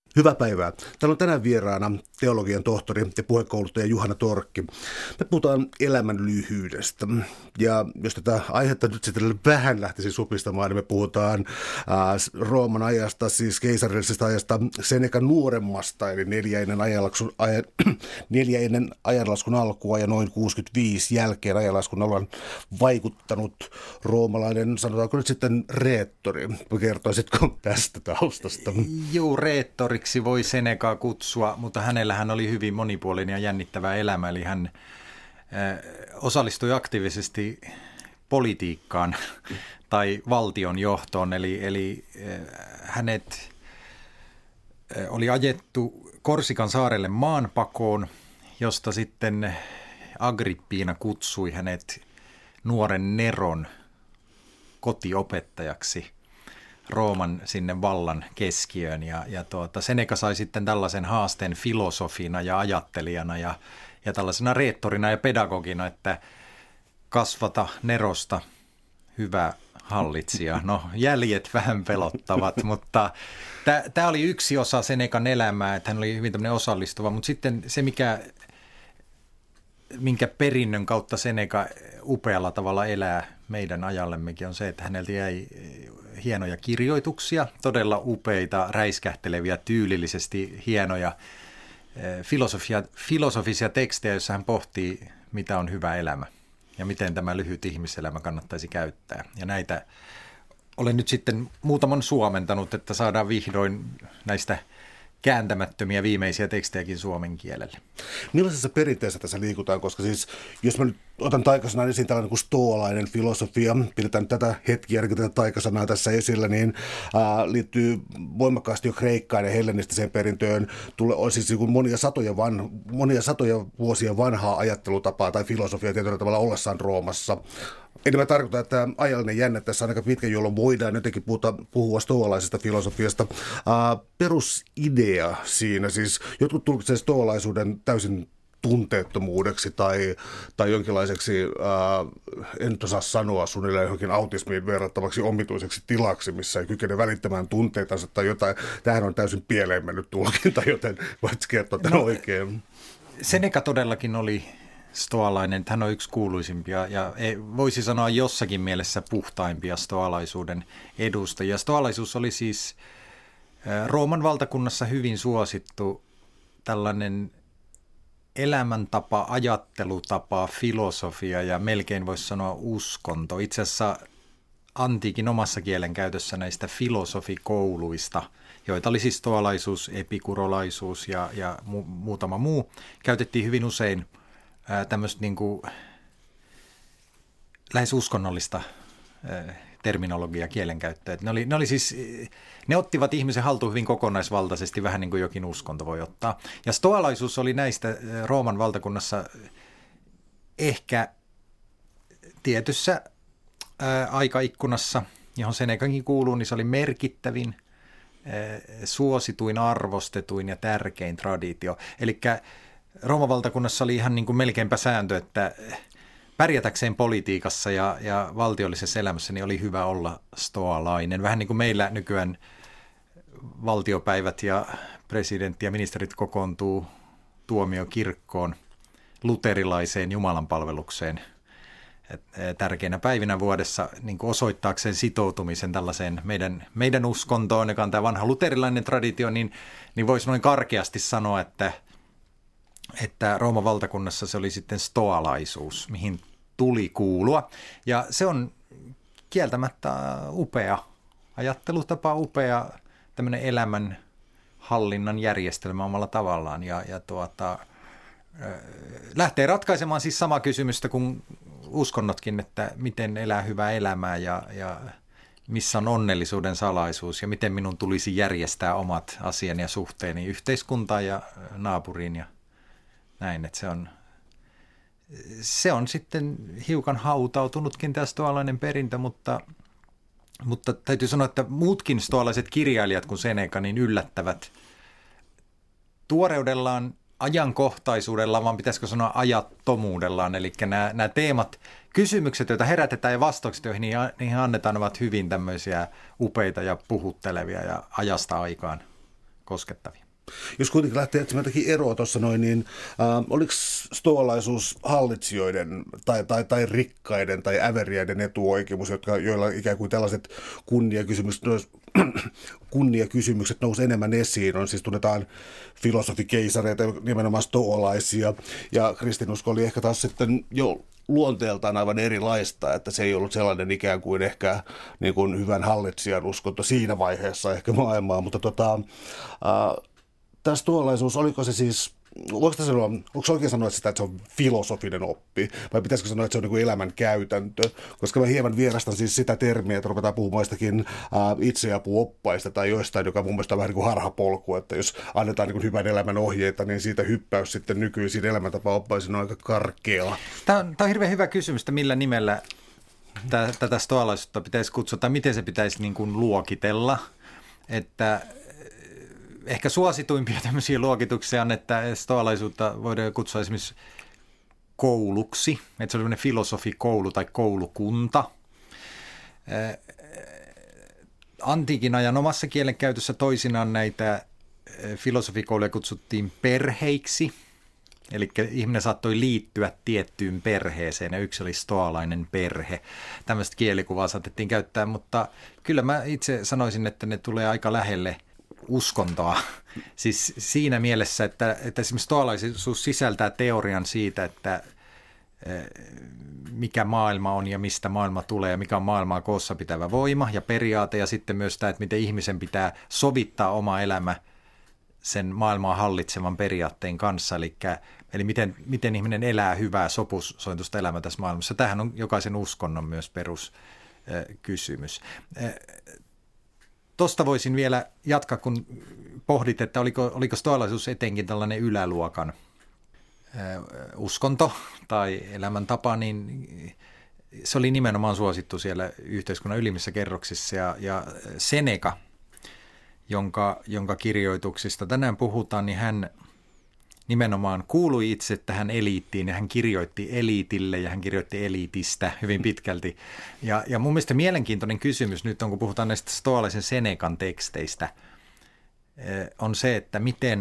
Hyvää päivää. Täällä on tänään vieraana teologian tohtori ja puhekouluttaja Juhana Torkki. Me puhutaan elämän lyhyydestä. Ja jos tätä aihetta nyt sitten vähän lähtisi supistamaan, niin me puhutaan Rooman ajasta, siis keisarillisesta ajasta Senecan nuoremmasta, eli neljä ennen ajanlaskun alkua ja noin 65 jälkeen ajanlaskun ollaan vaikuttanut roomalainen, sanotaanko nyt sitten reettori. Kertoisitko tästä taustasta? Juu, reettoriksi voi Senecaa kutsua, mutta hänellähän oli hyvin monipuolinen ja jännittävä elämä, eli hän osallistui aktiivisesti politiikkaan tai valtion johtoon, eli hänet oli ajettu Korsikan saarelle maanpakoon, josta sitten Agrippina kutsui hänet nuoren Neron kotiopettajaksi Rooman sinne vallan keskiöön ja Seneca sai sitten tällaisen haasteen filosofina ja ajattelijana ja tällaisena reettorina ja pedagogina, että kasvata Nerosta hyvä hallitsija. No, jäljet vähän pelottavat, mutta tämä oli yksi osa Senecan elämää, että hän oli hyvin tämmöinen osallistuva, mutta sitten se, minkä perinnön kautta Seneca upealla tavalla elää meidän ajallemmekin, on se, että häneltä jäi hienoja kirjoituksia, todella upeita, räiskähteleviä, tyylillisesti hienoja filosofisia tekstejä, joissa hän pohtii, mitä on hyvä elämä ja miten tämä lyhyt ihmiselämä kannattaisi käyttää. Ja näitä olen nyt sitten muutaman suomentanut, että saadaan vihdoin näistä kääntämättömiä viimeisiä tekstejäkin suomen kielelle. Millaisessa perinteessä tässä liikutaan, koska siis jos mä nyt otan taikasanan esiin tällainen kuin stoalainen filosofia, pidetään tätä hetkiä, tätä taikasanaa tässä esillä, niin liittyy voimakkaasti jo kreikkaan ja hellenistiseen perintöön. On siis monia satoja vuosia vanhaa ajattelutapaa tai filosofiaa tietyllä tavalla ollessaan Roomassa. Eli mä tarkoitan, että ajallinen jänne tässä on aika pitkä, jolloin voidaan jotenkin puhua stoalaisesta filosofiasta. Perusidea siinä, siis jotkut tulkitsevat stoalaisuuden täysin tunteettomuudeksi tai jonkinlaiseksi, en nyt osaa sanoa suunnilleen johonkin autismiin verrattavaksi omituiseksi tilaksi, missä ei kykene välittämään tunteitansa tai jotain. Tämähän on täysin pieleen mennyt tulkinta, joten voit kertoa tämän oikein. Seneca todellakin oli stoalainen, hän on yksi kuuluisimpia ja voisi sanoa jossakin mielessä puhtaimpia stoalaisuuden edustajia. Stoalaisuus oli siis Rooman valtakunnassa hyvin suosittu tällainen elämäntapa, ajattelutapa, filosofia ja melkein voisi sanoa uskonto. Itse asiassa antiikin omassa kielenkäytössä näistä filosofikouluista, joita oli siis stoalaisuus, epikurolaisuus ja muutama muu, käytettiin hyvin usein tämmöistä niin kuin lähes uskonnollista terminologiaa, kielenkäyttöä. Ne ottivat ihmisen haltuun hyvin kokonaisvaltaisesti, vähän niin kuin jokin uskonto voi ottaa. Ja stoalaisuus oli näistä Rooman valtakunnassa ehkä tietyssä aikaikkunassa, johon Senecankin kuuluu, niin se oli merkittävin, suosituin, arvostetuin ja tärkein traditio. Eli Rooman valtakunnassa oli ihan niin kuin melkeinpä sääntö, että pärjätäkseen politiikassa ja valtiollisessa elämässä niin oli hyvä olla stoalainen. Vähän niin kuin meillä nykyään valtiopäivät ja presidentti ja ministerit kokoontuu tuomiokirkkoon luterilaiseen jumalanpalvelukseen tärkeinä päivinä vuodessa niin kuin osoittaakseen sitoutumisen tällaiseen meidän uskontoon, joka on tämä vanha luterilainen traditio, niin voisi noin karkeasti sanoa, että Rooman valtakunnassa se oli sitten stoalaisuus, mihin tuli kuulua. Ja se on kieltämättä upea ajattelutapa, upea tämmöinen elämän hallinnan järjestelmä omalla tavallaan. Lähtee ratkaisemaan siis samaa kysymystä kuin uskonnotkin, että miten elää hyvää elämää ja missä on onnellisuuden salaisuus ja miten minun tulisi järjestää omat asiani ja suhteeni yhteiskuntaan ja naapuriin ja näin, että se on sitten hiukan hautautunutkin tämä stoalainen perintö, mutta täytyy sanoa, että muutkin stoalaiset kirjailijat kuin Seneca niin yllättävät tuoreudellaan, ajankohtaisuudellaan, vaan pitäisikö sanoa ajattomuudellaan, eli nämä teemat, kysymykset, joita herätetään ja vastaukset, joihin niihin annetaan, ovat hyvin tämmöisiä upeita ja puhuttelevia ja ajasta aikaan koskettavia. Jos kuitenkin lähtee etsimään jotakin eroa tuossa noin, niin oliko stoalaisuus hallitsijoiden tai rikkaiden tai äveriäiden etuoikeus, joilla ikään kuin tällaiset kunniakysymykset nousi enemmän esiin? On siis tunnetaan filosofikeisareita, nimenomaan stoalaisia, ja kristinusko oli ehkä taas sitten jo luonteeltaan aivan erilaista, että se ei ollut sellainen ikään kuin ehkä niin kuin hyvän hallitsijan uskonto siinä vaiheessa ehkä maailmaa, mutta tämä stoalaisuus, oliko se siis, onko se oikein sanoa sitä, että se on filosofinen oppi, vai pitäisikö sanoa, että se on niin kuin elämän käytäntö? Koska mä hieman vierastan siis sitä termiä, että ruvetaan puhumaan jostakin itseapuoppaista tai joistain, joka mun mielestä on vähän niin kuin harhapolku, että jos annetaan niin kuin hyvän elämän ohjeita, niin siitä hyppäys sitten nykyisiin elämäntapaoppaisiin on aika karkeaa. Tämä on hirveän hyvä kysymys, että millä nimellä tätä stoalaisuutta pitäisi kutsua, tai miten se pitäisi niin kuin luokitella, että ehkä suosituimpia tämmöisiä luokituksia on, että stoalaisuutta voidaan kutsua esimerkiksi kouluksi, että se on tämmöinen filosofikoulu tai koulukunta. Antiikin ajan omassa kielenkäytössä toisinaan näitä filosofikouluja kutsuttiin perheiksi, eli ihminen saattoi liittyä tiettyyn perheeseen, ja yksi oli stoalainen perhe. Tämmöistä kielikuvaa saatettiin käyttää, mutta kyllä mä itse sanoisin, että ne tulee aika lähelle uskontoa. Siis siinä mielessä, että esimerkiksi stoalaisuus sisältää teorian siitä, että mikä maailma on ja mistä maailma tulee ja mikä on maailmaa koossa pitävä voima ja periaate, ja sitten myös tämä, että miten ihmisen pitää sovittaa oma elämä sen maailmaa hallitsevan periaatteen kanssa, eli miten ihminen elää hyvää sopusointusta elämää tässä maailmassa. Tämähän on jokaisen uskonnon myös peruskysymys. Tuosta voisin vielä jatkaa, kun pohdit, että oliko stoalaisuus etenkin tällainen yläluokan uskonto tai elämäntapa, niin se oli nimenomaan suosittu siellä yhteiskunnan ylimmissä kerroksissa. Ja Seneca, jonka kirjoituksista tänään puhutaan, niin hän nimenomaan kuului itse tähän eliittiin, ja hän kirjoitti eliitille ja hän kirjoitti eliitistä hyvin pitkälti. Ja mun mielestä mielenkiintoinen kysymys nyt on, kun puhutaan näistä stoalaisen Senecan teksteistä, on se, että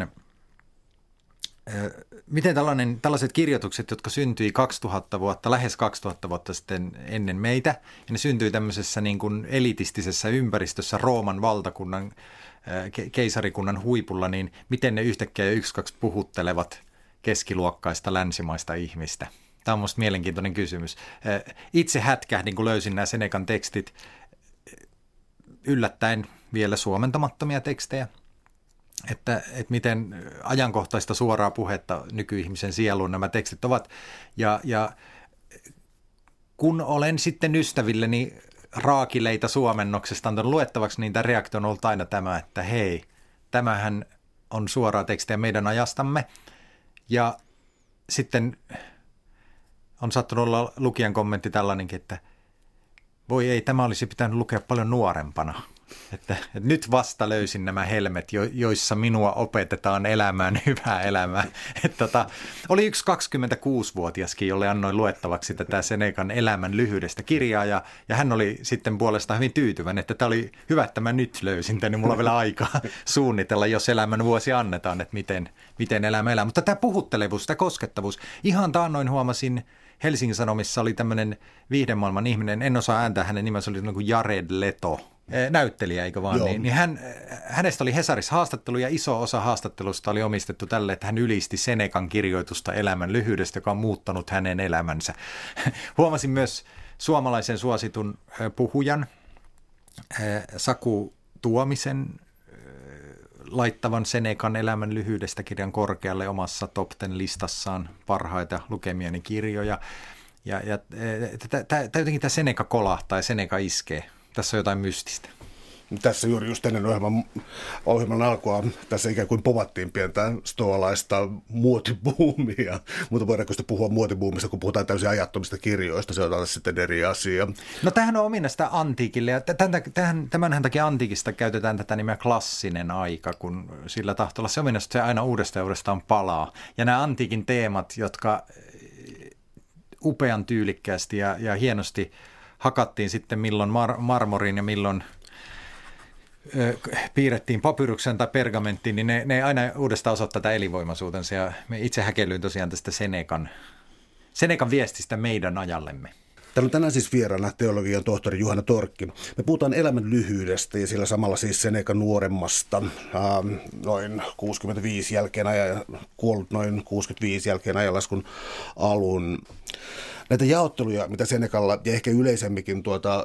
miten tällaiset kirjoitukset, jotka syntyi 2000 vuotta, lähes 2000 vuotta sitten ennen meitä, ja ne syntyi tämmöisessä niin kuin elitistisessä ympäristössä Rooman valtakunnan keisarikunnan huipulla, niin miten ne yhtäkkiä yksi-kaksi puhuttelevat keskiluokkaista länsimaista ihmistä? Tämä on minusta mielenkiintoinen kysymys. Itse hätkähdin, kun löysin nämä Senecan tekstit, yllättäen vielä suomentamattomia tekstejä, että miten ajankohtaista suoraa puhetta nykyihmisen sieluun nämä tekstit ovat. Ja kun olen sitten ystävilleni raakileita suomennoksesta antanut luettavaksi, niin tämä reaktio on ollut aina tämä, että hei, tämähän on suoraa tekstiä meidän ajastamme. Ja sitten on sattunut olla lukijan kommentti tällainenkin, että voi ei, tämä olisi pitänyt lukea paljon nuorempana. Että nyt vasta löysin nämä helmet, joissa minua opetetaan elämään hyvää elämää. Oli yksi 26-vuotiaskin, jolle annoin luettavaksi tätä Senecan elämän lyhyydestä kirjaa, ja hän oli sitten puolestaan hyvin tyytyväinen, että tämä oli hyvä, että mä nyt löysin tämän, niin mulla on vielä aikaa suunnitella, jos elämän vuosi annetaan, että miten elämä elää. Mutta tämä puhuttelevuus, tämä koskettavuus, ihan taannoin huomasin, Helsingin Sanomissa oli tämmöinen viihdemaailman ihminen, en osaa ääntää hänen nimensä, oli niin kuin Jared Leto, näyttelijä, eikö vaan? Niin hänestä oli Hesarissa haastattelu, ja iso osa haastattelusta oli omistettu tälle, että hän ylisti Senecan kirjoitusta elämän lyhyydestä, joka on muuttanut hänen elämänsä. Huomasin myös suomalaisen suositun puhujan Saku Tuomisen laittavan Senecan elämän lyhyydestä kirjan korkealle omassa top 10 listassaan parhaita lukemieni kirjoja. Ja jotenkin tämä Seneca kolahtaa ja Seneca iskee. Tässä on jotain mystistä. Tässä juuri just ennen ohjelman alkua tässä ikään kuin povattiin pientä stoalaista muotibuumia, mutta voidaanko sitten puhua muotibuumista, kun puhutaan täysin ajattomista kirjoista, se on taas sitten eri asia. No tämähän on ominaista antiikille, ja tämänhän takia antiikista käytetään tätä nimeä klassinen aika, kun sillä tahtoo olla se ominaista, se aina uudestaan palaa. Ja nämä antiikin teemat, jotka upean tyylikkäästi ja hienosti hakattiin sitten milloin marmoriin ja milloin piirrettiin papyruksen tai pergamenttiin, niin ne aina uudestaan osoittaa tätä elinvoimaisuutensa. Ja me itse häkellyin tosiaan tästä Senecan viestistä meidän ajallemme. Täällä on tänään siis vieraana teologian tohtori Juhana Torkki. Me puhutaan elämän lyhyydestä ja sillä samalla siis Senecan nuoremmasta, noin 65 jälkeen kuollut noin 65 jälkeen ajanlaskun alun. Näitä jaotteluja, mitä Senecalla ja ehkä yleisemminkin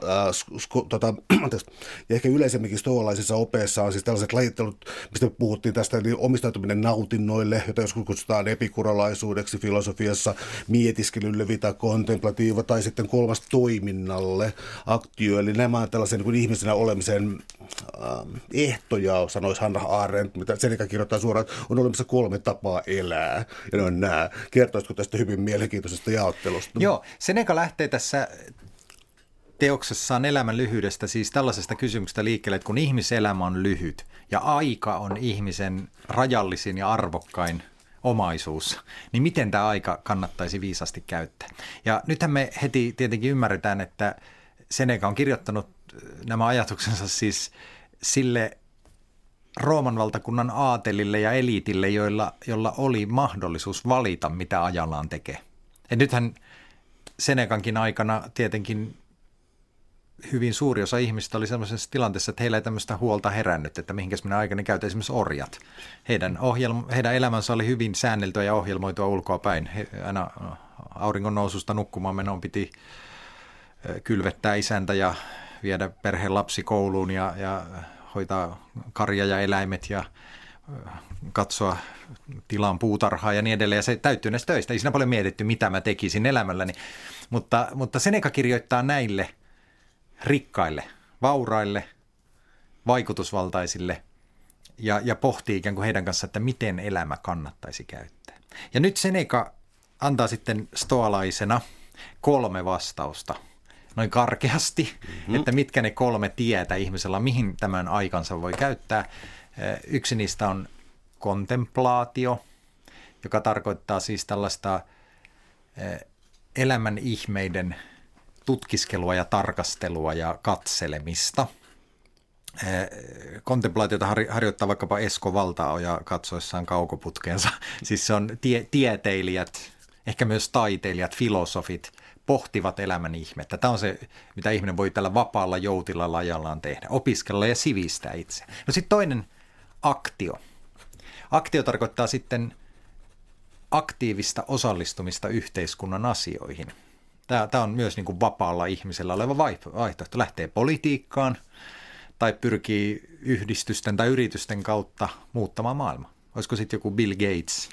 stoalaisissa opeissa on siis tällaiset lajittelut, mistä me puhuttiin tästä, eli omistautuminen nautinnoille, jota joskus kutsutaan epikuralaisuudeksi filosofiassa, mietiskelylle, vita contemplativa, tai sitten kolmas toiminnalle, aktio, eli nämä on tällaisen niin kuin ihmisenä olemisen ehtoja, sanoisi Hannah Arendt, mitä Seneca kirjoittaa suoraan, on olemassa 3 tapaa elää, ja ne on nämä. Kertoisitko tästä hyvin mielenkiintoisesta jaottelusta? Joo, Seneca lähtee tässä teoksessaan elämän lyhyydestä siis tällaisesta kysymyksestä liikkeelle, että kun ihmiselämä on lyhyt ja aika on ihmisen rajallisin ja arvokkain omaisuus, niin miten tämä aika kannattaisi viisasti käyttää? Ja nythän me heti tietenkin ymmärretään, että Seneca on kirjoittanut nämä ajatuksensa siis sille Rooman valtakunnan aatelille ja eliitille, jolla oli mahdollisuus valita, mitä ajallaan tekee. Ja nythän Senecankin aikana tietenkin hyvin suuri osa ihmistä oli sellaisessa tilanteessa, että heillä ei tämmöistä huolta herännyt, että mihinkäs minä aikani käytän esimerkiksi orjat. Heidän elämänsä oli hyvin säänneltyä ja ohjelmoitua ulkoa päin. Aina auringon noususta nukkumaan menoon piti kylvettää isäntä ja viedä perheen lapsi kouluun ja hoitaa karja ja eläimet ja katsoa tilan puutarhaa ja niin edelleen. Ja se täyttyy näistä töistä. Ei siinä paljon mietitty, mitä mä tekisin elämälläni. Mutta Seneca kirjoittaa näille rikkaille, vauraille, vaikutusvaltaisille ja pohtii ikään kuin heidän kanssaan, että miten elämä kannattaisi käyttää. Ja nyt Seneca antaa sitten stoalaisena 3 vastausta noin karkeasti, että mitkä ne 3 tietä ihmisellä, mihin tämän aikansa voi käyttää. Yksi niistä on kontemplaatio, joka tarkoittaa siis tällaista elämän ihmeiden tutkiskelua ja tarkastelua ja katselemista. Kontemplaatiota harjoittaa vaikkapa Esko Valtaoja katsoessaan kaukoputkeensa. Siis se on tieteilijät, ehkä myös taiteilijat, filosofit pohtivat elämän ihmettä. Tämä on se, mitä ihminen voi tällä vapaalla joutilalla ajallaan tehdä, opiskella ja sivistää itse. No sitten toinen, aktio. Aktio tarkoittaa sitten aktiivista osallistumista yhteiskunnan asioihin. Tämä on myös niin kuin vapaalla ihmisellä oleva vaihtoehto. Lähtee politiikkaan tai pyrkii yhdistysten tai yritysten kautta muuttamaan maailmaa. Olisiko sitten joku Bill Gates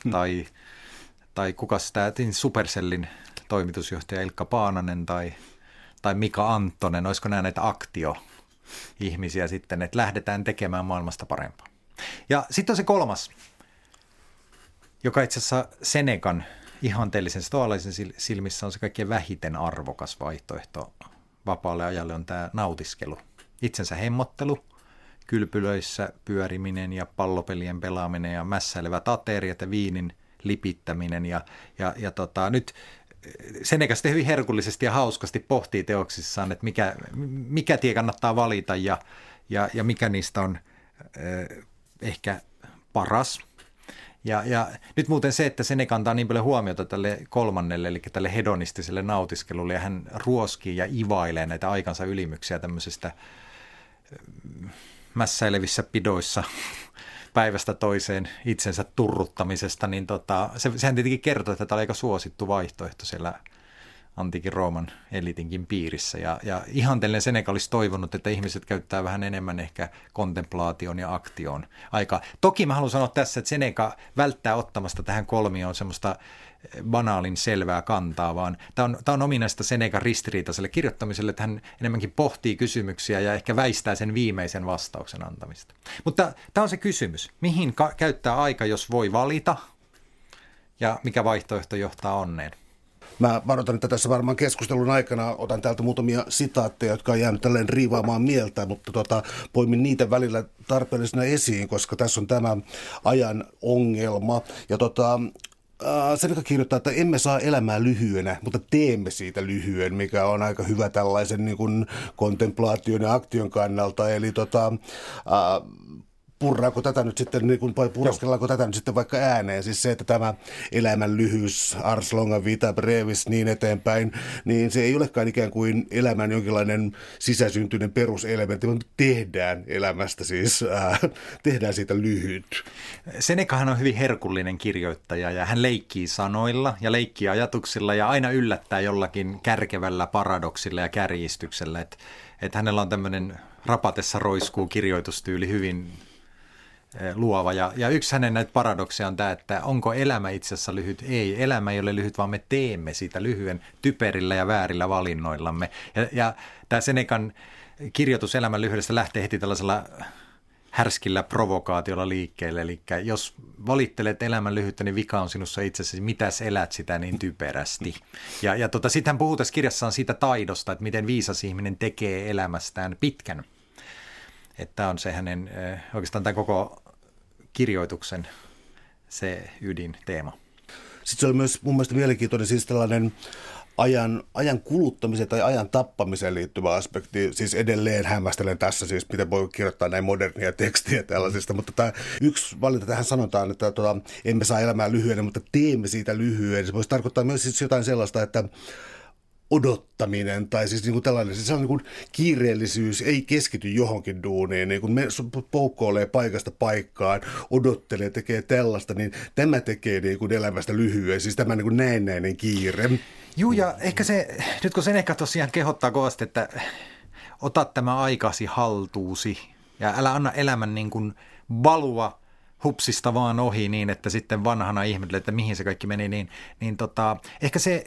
tai kukas tämä Supercellin toimitusjohtaja Ilkka Paananen tai Mika Anttonen. Olisiko nämä näitä aktio-ihmisiä sitten, että lähdetään tekemään maailmasta parempaa. Ja sitten on se 3, joka itse asiassa Senecan ihanteellisen stoalaisen silmissä on se kaikkein vähiten arvokas vaihtoehto vapaalle ajalle on tämä nautiskelu. Itsensä hemmottelu, kylpylöissä pyöriminen ja pallopelien pelaaminen ja mässäilevät ateriat ja viinin lipittäminen. Nyt Seneca sitten hyvin herkullisesti ja hauskasti pohtii teoksissaan, että mikä tie kannattaa valita ja mikä niistä on ehkä paras. Ja nyt muuten se, että Seneca antaa niin paljon huomiota tälle 3, eli tälle hedonistiselle nautiskelulle, ja hän ruoskii ja ivailee näitä aikansa ylimyksiä tämmöisestä mässäilevissä pidoissa päivästä toiseen itsensä turruttamisesta, niin sehän tietenkin kertoo, että tämä oli aika suosittu vaihtoehto siellä antiikin Rooman elitinkin piirissä. Ja ihanteellinen Seneca olisi toivonut, että ihmiset käyttää vähän enemmän ehkä kontemplaation ja aktion aikaa. Toki mä haluan sanoa tässä, että Seneca välttää ottamasta tähän kolmioon semmoista banaalin selvää kantaa, vaan tämä on ominaista Senecan ristiriitaiselle kirjoittamiselle, että hän enemmänkin pohtii kysymyksiä ja ehkä väistää sen viimeisen vastauksen antamista. Mutta tämä on se kysymys, mihin käyttää aika, jos voi valita, ja mikä vaihtoehto johtaa onneen? Mä varoitan, että tässä varmaan keskustelun aikana otan täältä muutamia sitaatteja, jotka on jäänyt tälleen riivaamaan mieltä, mutta poimin niitä välillä tarpeellisena esiin, koska tässä on tämä ajan ongelma. Ja Seneca kirjoittaa, että emme saa elämää lyhyenä, mutta teemme siitä lyhyen, mikä on aika hyvä tällaisen niin kuin kontemplaation ja aktion kannalta. Eli purraako tätä nyt sitten, vai puraskellaanko tätä nyt sitten vaikka ääneen? Siis se, että tämä elämän lyhyys, ars longa vita brevis, niin eteenpäin, niin se ei olekaan ikään kuin elämän jonkinlainen sisäsyntyinen peruselementti, vaan tehdään elämästä siis, tehdään siitä lyhyt. Senecahan on hyvin herkullinen kirjoittaja ja hän leikkii sanoilla ja leikkii ajatuksilla ja aina yllättää jollakin kärkevällä paradoksilla ja kärjistyksellä. Että hänellä on tämmöinen rapatessa roiskuu kirjoitustyyli hyvin luova. Ja yksi hänen näitä paradokseja on tämä, että onko elämä itse asiassa lyhyt? Ei, elämä ei ole lyhyt, vaan me teemme siitä lyhyen typerillä ja väärillä valinnoillamme. Ja tämä Senecan kirjoitus elämän lyhyydestä lähtee heti tällaisella härskillä provokaatiolla liikkeelle. Eli jos valittelet elämän lyhyyttä, niin vika on sinussa itsessäsi. Mitäs elät sitä niin typerästi? Ja sitten hän puhuu tässä kirjassaan siitä taidosta, että miten viisas ihminen tekee elämästään pitkän. Että tämä on se hänen, oikeastaan tämän koko kirjoituksen se ydinteema. Sitten se oli myös mun mielestä mielenkiintoinen siis tällainen ajan kuluttamiseen tai ajan tappamiseen liittyvä aspekti. Siis edelleen hämmästelen tässä siis, miten voi kirjoittaa näin modernia tekstiä tällaisista. Mutta tämä yksi valinta tähän sanotaan, että emme saa elämää lyhyenä, mutta teemme siitä lyhyen. Se voisi tarkoittaa myös siis jotain sellaista, että odottaminen tai siis niin kuin tällainen, siis sellainen niin kuin kiireellisyys ei keskity johonkin duuniin, niin kun me poukkoilee paikasta paikkaan, odottelee, tekee tällaista, niin tämä tekee niin kuin elämästä lyhyen, siis tämä niin kuin näennäinen kiire. Juu, ja ehkä se, nyt kun Seneca tosiaan kehottaa kovasti, että ota tämä aikasi haltuusi ja älä anna elämän niin kuin valua hupsista vaan ohi niin, että sitten vanhana ihmettelee, että mihin se kaikki meni, niin ehkä se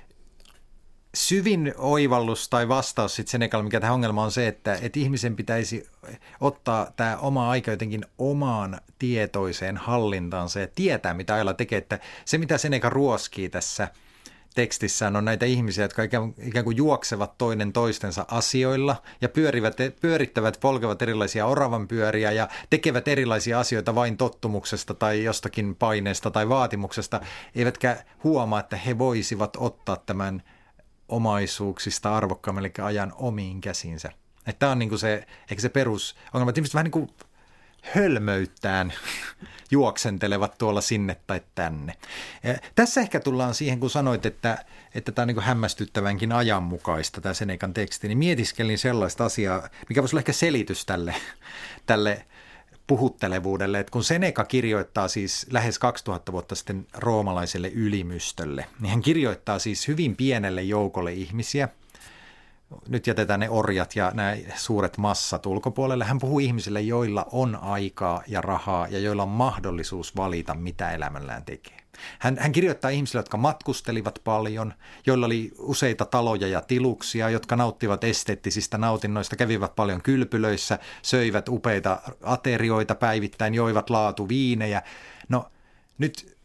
syvin oivallus tai vastaus sitten Senecalle, mikä tähän ongelmaan on se, että ihmisen pitäisi ottaa tämä oma aika jotenkin omaan tietoiseen hallintaansa ja tietää, mitä ajalla tekee. Että se, mitä Seneca ruoskii tässä tekstissään, on näitä ihmisiä, jotka ikään kuin juoksevat toinen toistensa asioilla ja pyörittävät, polkevat erilaisia oravanpyöriä ja tekevät erilaisia asioita vain tottumuksesta tai jostakin paineesta tai vaatimuksesta, eivätkä huomaa, että he voisivat ottaa tämän omaisuuksista arvokkaammin, eli ajan omiin käsinsä. Että tämä on niin kuin se, eikä se perusongelma, että ihmiset vähän niin kuin hölmöyttään juoksentelevat tuolla sinne tai tänne. Ja tässä ehkä tullaan siihen, kun sanoit, että tämä on niin kuin hämmästyttävänkin ajanmukaista, tämä Senecan teksti, niin mietiskelin sellaista asiaa, mikä voisi olla ehkä selitys tälle puhuttelevuudelle, että kun Seneca kirjoittaa siis lähes 2000 vuotta sitten roomalaiselle ylimystölle, niin hän kirjoittaa siis hyvin pienelle joukolle ihmisiä. Nyt jätetään ne orjat ja nämä suuret massat ulkopuolelle. Hän puhuu ihmisille, joilla on aikaa ja rahaa ja joilla on mahdollisuus valita, mitä elämällään tekee. Hän kirjoittaa ihmisille, jotka matkustelivat paljon, joilla oli useita taloja ja tiluksia, jotka nauttivat esteettisistä nautinnoista, kävivät paljon kylpylöissä, söivät upeita aterioita päivittäin, joivat laatuviinejä. No nyt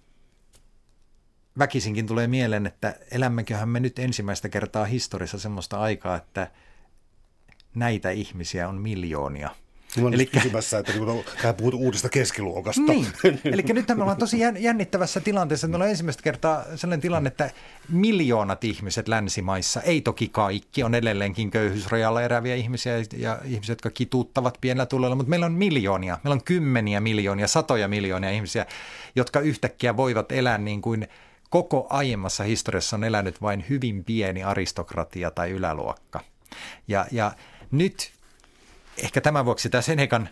väkisinkin tulee mieleen, että elämmeköhän me nyt ensimmäistä kertaa historiassa semmoista aikaa, että näitä ihmisiä on miljoonia. Eli kysymässä, että hän puhut uudesta keskiluokasta. Niin, eli nyt me ollaan tosi jännittävässä tilanteessa, että meillä on ensimmäistä kertaa sellainen tilanne, että miljoonat ihmiset länsimaissa, ei toki kaikki, on edelleenkin köyhyysrajalla eräviä ihmisiä ja ihmisiä, jotka kituuttavat pienellä tuloilla, mutta meillä on miljoonia, meillä on kymmeniä miljoonia, satoja miljoonia ihmisiä, jotka yhtäkkiä voivat elää niin kuin koko aiemmassa historiassa on elänyt vain hyvin pieni aristokratia tai yläluokka. Ja nyt ehkä tämän vuoksi tämä Senecan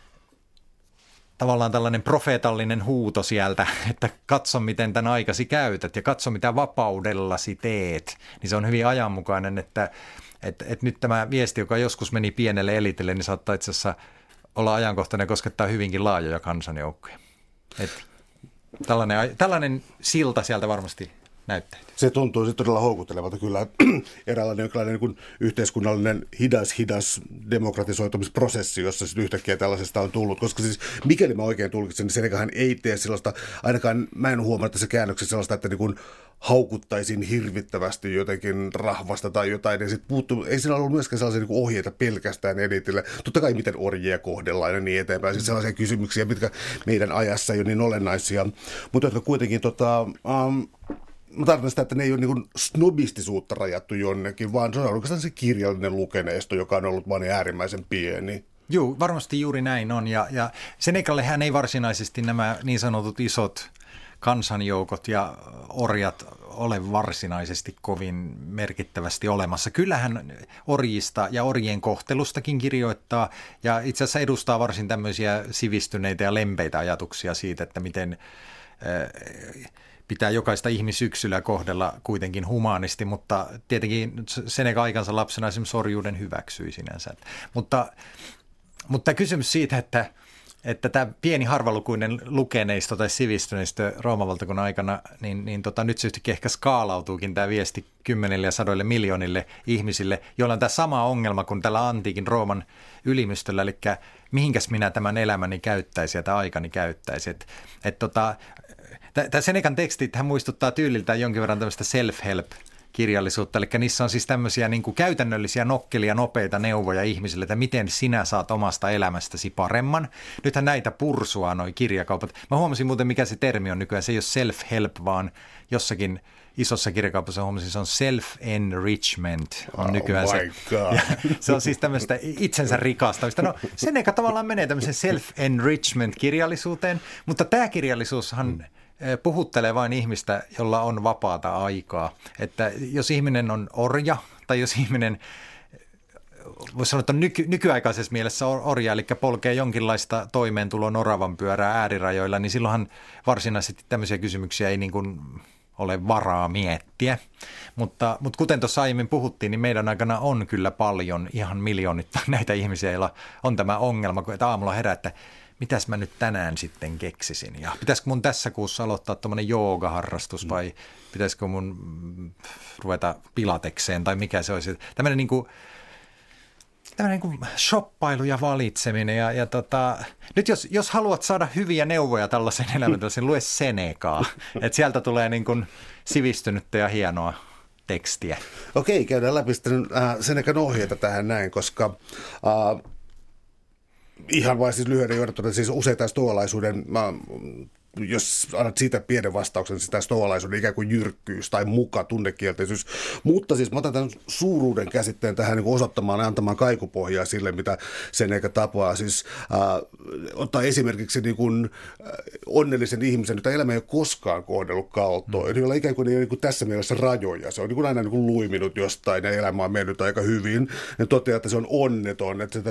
tavallaan tällainen profeetallinen huuto sieltä, että katso miten tämän aikasi käytät ja katso mitä vapaudellasi teet, niin se on hyvin ajanmukainen, että nyt tämä viesti, joka joskus meni pienelle elitelle, niin saattaa itse asiassa olla ajankohtainen ja koskettaa hyvinkin laajoja kansanjoukkoja. Tällainen silta sieltä varmasti näytteitä. Se tuntuu sitten todella houkuttelevalta kyllä, eräänlainen niin yhteiskunnallinen hidas demokratisoitumisprosessi, jossa sitten yhtäkkiä tällaisesta on tullut. Koska siis mikäli mä oikein tulkitsen, niin Senecahan ei tee sellaista, ainakaan mä en huomaa tässä käännöksessä sellaista, että niin kuin haukuttaisiin hirvittävästi jotenkin rahvasta tai jotain, ja sitten puuttuu, ei siinä ollut myöskään sellaisia niin ohjeita pelkästään elitille. Totta kai miten orjia kohdellaan ja niin eteenpäin, siis sellaisia kysymyksiä, mitkä meidän ajassa ei ole niin olennaisia, mutta jotka kuitenkin mä tarkoitan sitä, että ne ei ole niin snobistisuutta rajattu jonnekin, vaan se on oikeastaan se kirjallinen lukeneisto, joka on ollut vaan äärimmäisen pieni. Joo, varmasti juuri näin on. Ja Senegallehän ei varsinaisesti nämä niin sanotut isot kansanjoukot ja orjat ole varsinaisesti kovin merkittävästi olemassa. Kyllähän orjista ja orjien kohtelustakin kirjoittaa ja itse asiassa edustaa varsin tämmöisiä sivistyneitä ja lempeitä ajatuksia siitä, että miten pitää jokaista ihmisyksilöä kohdella kuitenkin humaanisti, mutta tietenkin Seneca aikansa lapsena esimerkiksi orjuuden hyväksyi sinänsä. Mutta kysymys siitä, että tämä pieni harvalukuinen lukeneisto tai sivistyneistö Rooman valtakunnan aikana, niin nyt se yhtäkkiä ehkä skaalautuukin tämä viesti 10 ja 100 miljoonille ihmisille, joilla on tämä sama ongelma kuin tällä antiikin Rooman ylimystöllä, eli mihinkäs minä tämän elämäni käyttäisin ja tämä aikani käyttäisin. Tämä Senecan tekstit hän muistuttaa tyyliltään jonkin verran tämmöistä self-help-kirjallisuutta, eli niissä on siis tämmöisiä niin kuin käytännöllisiä nokkelia, nopeita neuvoja ihmisille, että miten sinä saat omasta elämästäsi paremman. Nythän näitä pursuaa noi kirjakaupat. Mä huomasin muuten, mikä se termi on nykyään. Se ei ole self-help, vaan jossakin isossa kirjakaupassa huomasin, se on self-enrichment on nykyään se. Se on siis tämmöistä itsensä rikastamista. No Seneca tavallaan menee tämmöisen self-enrichment-kirjallisuuteen, mutta tämä kirjallisuushan puhuttelee vain ihmistä, jolla on vapaata aikaa. Että jos ihminen on orja tai jos ihminen, voisi sanoa, että on nykyaikaisessa mielessä orja, eli polkee jonkinlaista toimeentulon oravan pyörää äärirajoilla, niin silloinhan varsinaisesti tämmöisiä kysymyksiä ei niin kuin ole varaa miettiä. Mutta kuten tuossa aiemmin puhuttiin, niin meidän aikana on kyllä paljon, ihan miljoonittain näitä ihmisiä, joilla on tämä ongelma, että aamulla herää, että mitäs mä nyt tänään sitten keksisin ja pitäisikö mun tässä kuussa aloittaa tuommoinen joogaharrastus vai pitäisikö mun ruveta pilatekseen tai mikä se olisi. Tämmöinen niin kuin shoppailu ja valitseminen ja nyt jos haluat saada hyviä neuvoja tällaisen elämäntällaisen, lue Senecaa, että sieltä tulee niin kuin sivistynyttä ja hienoa tekstiä. Okei, käydään läpi sitten Senecan ohjeita tähän näin, koska ihan vain siis lyhyiden johdattuna, siis useita stoalaisuuden, jos annat siitä pienen vastauksen, siis tämä stoalaisuuden ikään kuin jyrkkyys tai muka tunnekielteisyys. Mutta siis mä otan tämän suuruuden käsitteen tähän niin kuin osoittamaan ja antamaan kaikupohjaa sille, mitä Seneca tapaa. Siis ottaa esimerkiksi niin kuin onnellisen ihmisen, jota elämä ei ole koskaan kohdellut kaltoin, jolla ikään kuin ei ole niin kuin tässä mielessä rajoja. Se on niin kuin aina niin kuin luiminut jostain ja elämä on mennyt aika hyvin. Ne toteaa, että se on onneton, että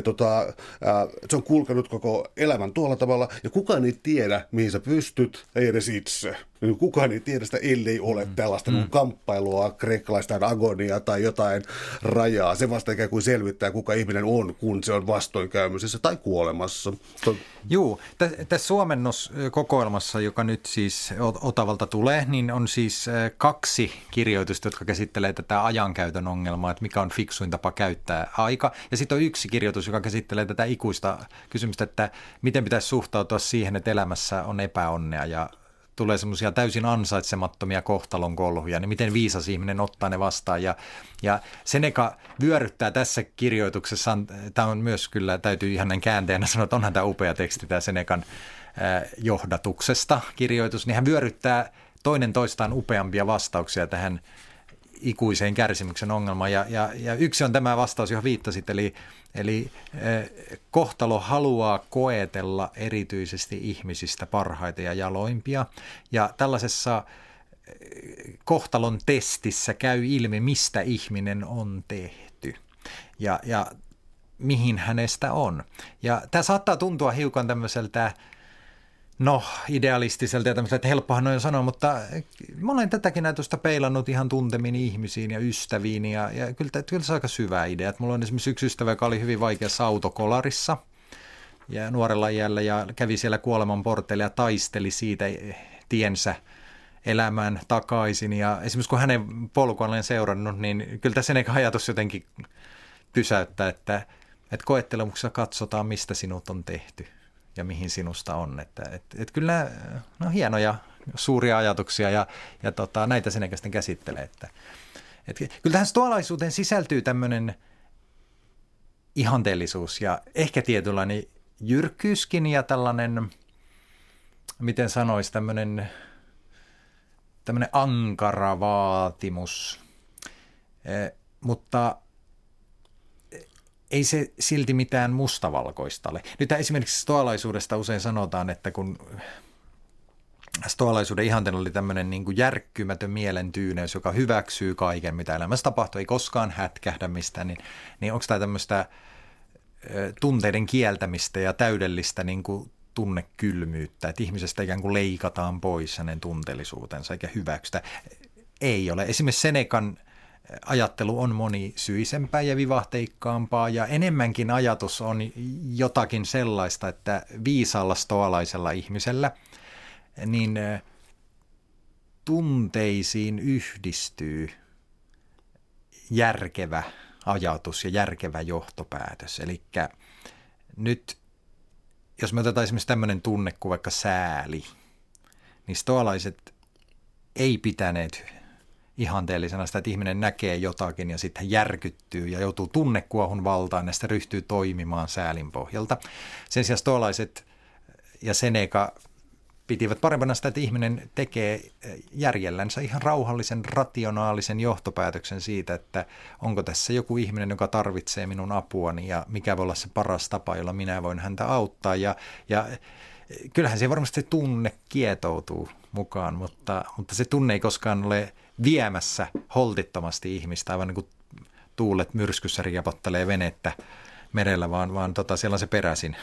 se on kulkenut koko elämän tuolla tavalla ja kukaan ei tiedä, mihin sä pystyt, ei edes itse. Kukaan ei tiedä sitä, ellei ole tällaista kamppailua, kreikkalaista agoniaa tai jotain rajaa. Se vasta ikään kuin selvittää, kuka ihminen on, kun se on vastoinkäymisessä tai kuolemassa. Joo, tässä suomennoskokoelmassa, joka nyt siis Otavalta tulee, niin on siis 2 kirjoitusta, jotka käsittelee tätä ajankäytön ongelmaa, että mikä on fiksuin tapa käyttää aika. Ja sitten on 1 kirjoitus, joka käsittelee tätä ikuista kysymystä, että miten pitäisi suhtautua siihen, että elämässä on epäonnea ja tulee semmoisia täysin ansaitsemattomia kohtalonkolhuja, niin miten viisas ihminen ottaa ne vastaan. Ja Seneca vyöryttää tässä kirjoituksessa, tämä on myös kyllä, täytyy ihan näin käänteenä sanoa, että onhan tämä upea teksti, tämä Senecan johdatuksesta kirjoitus, niin hän vyöryttää toinen toistaan upeampia vastauksia tähän ikuiseen kärsimyksen ongelmaan. Ja yksi on tämä vastaus, johon viittasit, eli kohtalo haluaa koetella erityisesti ihmisistä parhaita ja jaloimpia. Ja tällaisessa kohtalon testissä käy ilmi, mistä ihminen on tehty ja mihin hänestä on. Ja tämä saattaa tuntua hiukan tämmöiseltä idealistiselta ja tämmöiseltä, että helppohan on sanoa, mutta mä olen tätäkin ajatusta peilannut ihan tuntemiin ihmisiin ja ystäviin ja kyllä se on aika syvä idea. Että mulla on esimerkiksi yksi ystävä, joka oli hyvin vaikeassa autokolarissa ja nuorella iällä ja kävi siellä kuoleman porteilla ja taisteli siitä tiensä elämään takaisin. Ja esimerkiksi kun hänen polkuaan olen seurannut, niin kyllä tässä Senecan ajatus jotenkin pysäyttää, että koettelemuksessa katsotaan, mistä sinut on tehty ja mihin sinusta on. Että kyllä nämä on hienoja, suuria ajatuksia ja näitä Seneca sitten käsittelee. Että kyllä tähän stoalaisuuteen sisältyy tämmöinen ihanteellisuus ja ehkä tietynlainen jyrkkyyskin ja tällainen, miten sanoisi, tämmöinen ankara vaatimus, mutta ei se silti mitään mustavalkoista ole. Nyt esimerkiksi stoalaisuudesta usein sanotaan, että kun stoalaisuuden ihanteena oli tämmöinen niin kuin järkkymätön mielentyyneys, joka hyväksyy kaiken, mitä elämässä tapahtuu, ei koskaan hätkähdä mistään, niin onko tämä tämmöistä tunteiden kieltämistä ja täydellistä niin kuin tunnekylmyyttä, että ihmisestä ikään kuin leikataan pois hänen tunteellisuutensa eikä hyväksytä. Ei ole. Esimerkiksi Senecan ajattelu on monisyisempää ja vivahteikkaampaa ja enemmänkin ajatus on jotakin sellaista, että viisaalla stoalaisella ihmisellä niin tunteisiin yhdistyy järkevä ajatus ja järkevä johtopäätös. Eli nyt, jos me otetaan esimerkiksi tämmöinen tunne kuin vaikka sääli, niin stoalaiset ei pitäneet ihanteellisena sitä, että ihminen näkee jotakin ja sitten hän järkyttyy ja joutuu tunnekuohun valtaan ja sitten ryhtyy toimimaan säälin pohjalta. Sen sijaan stoalaiset ja Seneca pitivät parempana sitä, että ihminen tekee järjellänsä ihan rauhallisen, rationaalisen johtopäätöksen siitä, että onko tässä joku ihminen, joka tarvitsee minun apuani ja mikä voi olla se paras tapa, jolla minä voin häntä auttaa. Ja kyllähän se varmasti tunne kietoutuu mukaan, mutta se tunne ei koskaan ole viemässä holtittomasti ihmistä, aivan niin kuin tuulet myrskyssä riepottelee venettä merellä, vaan siellä on se peräisin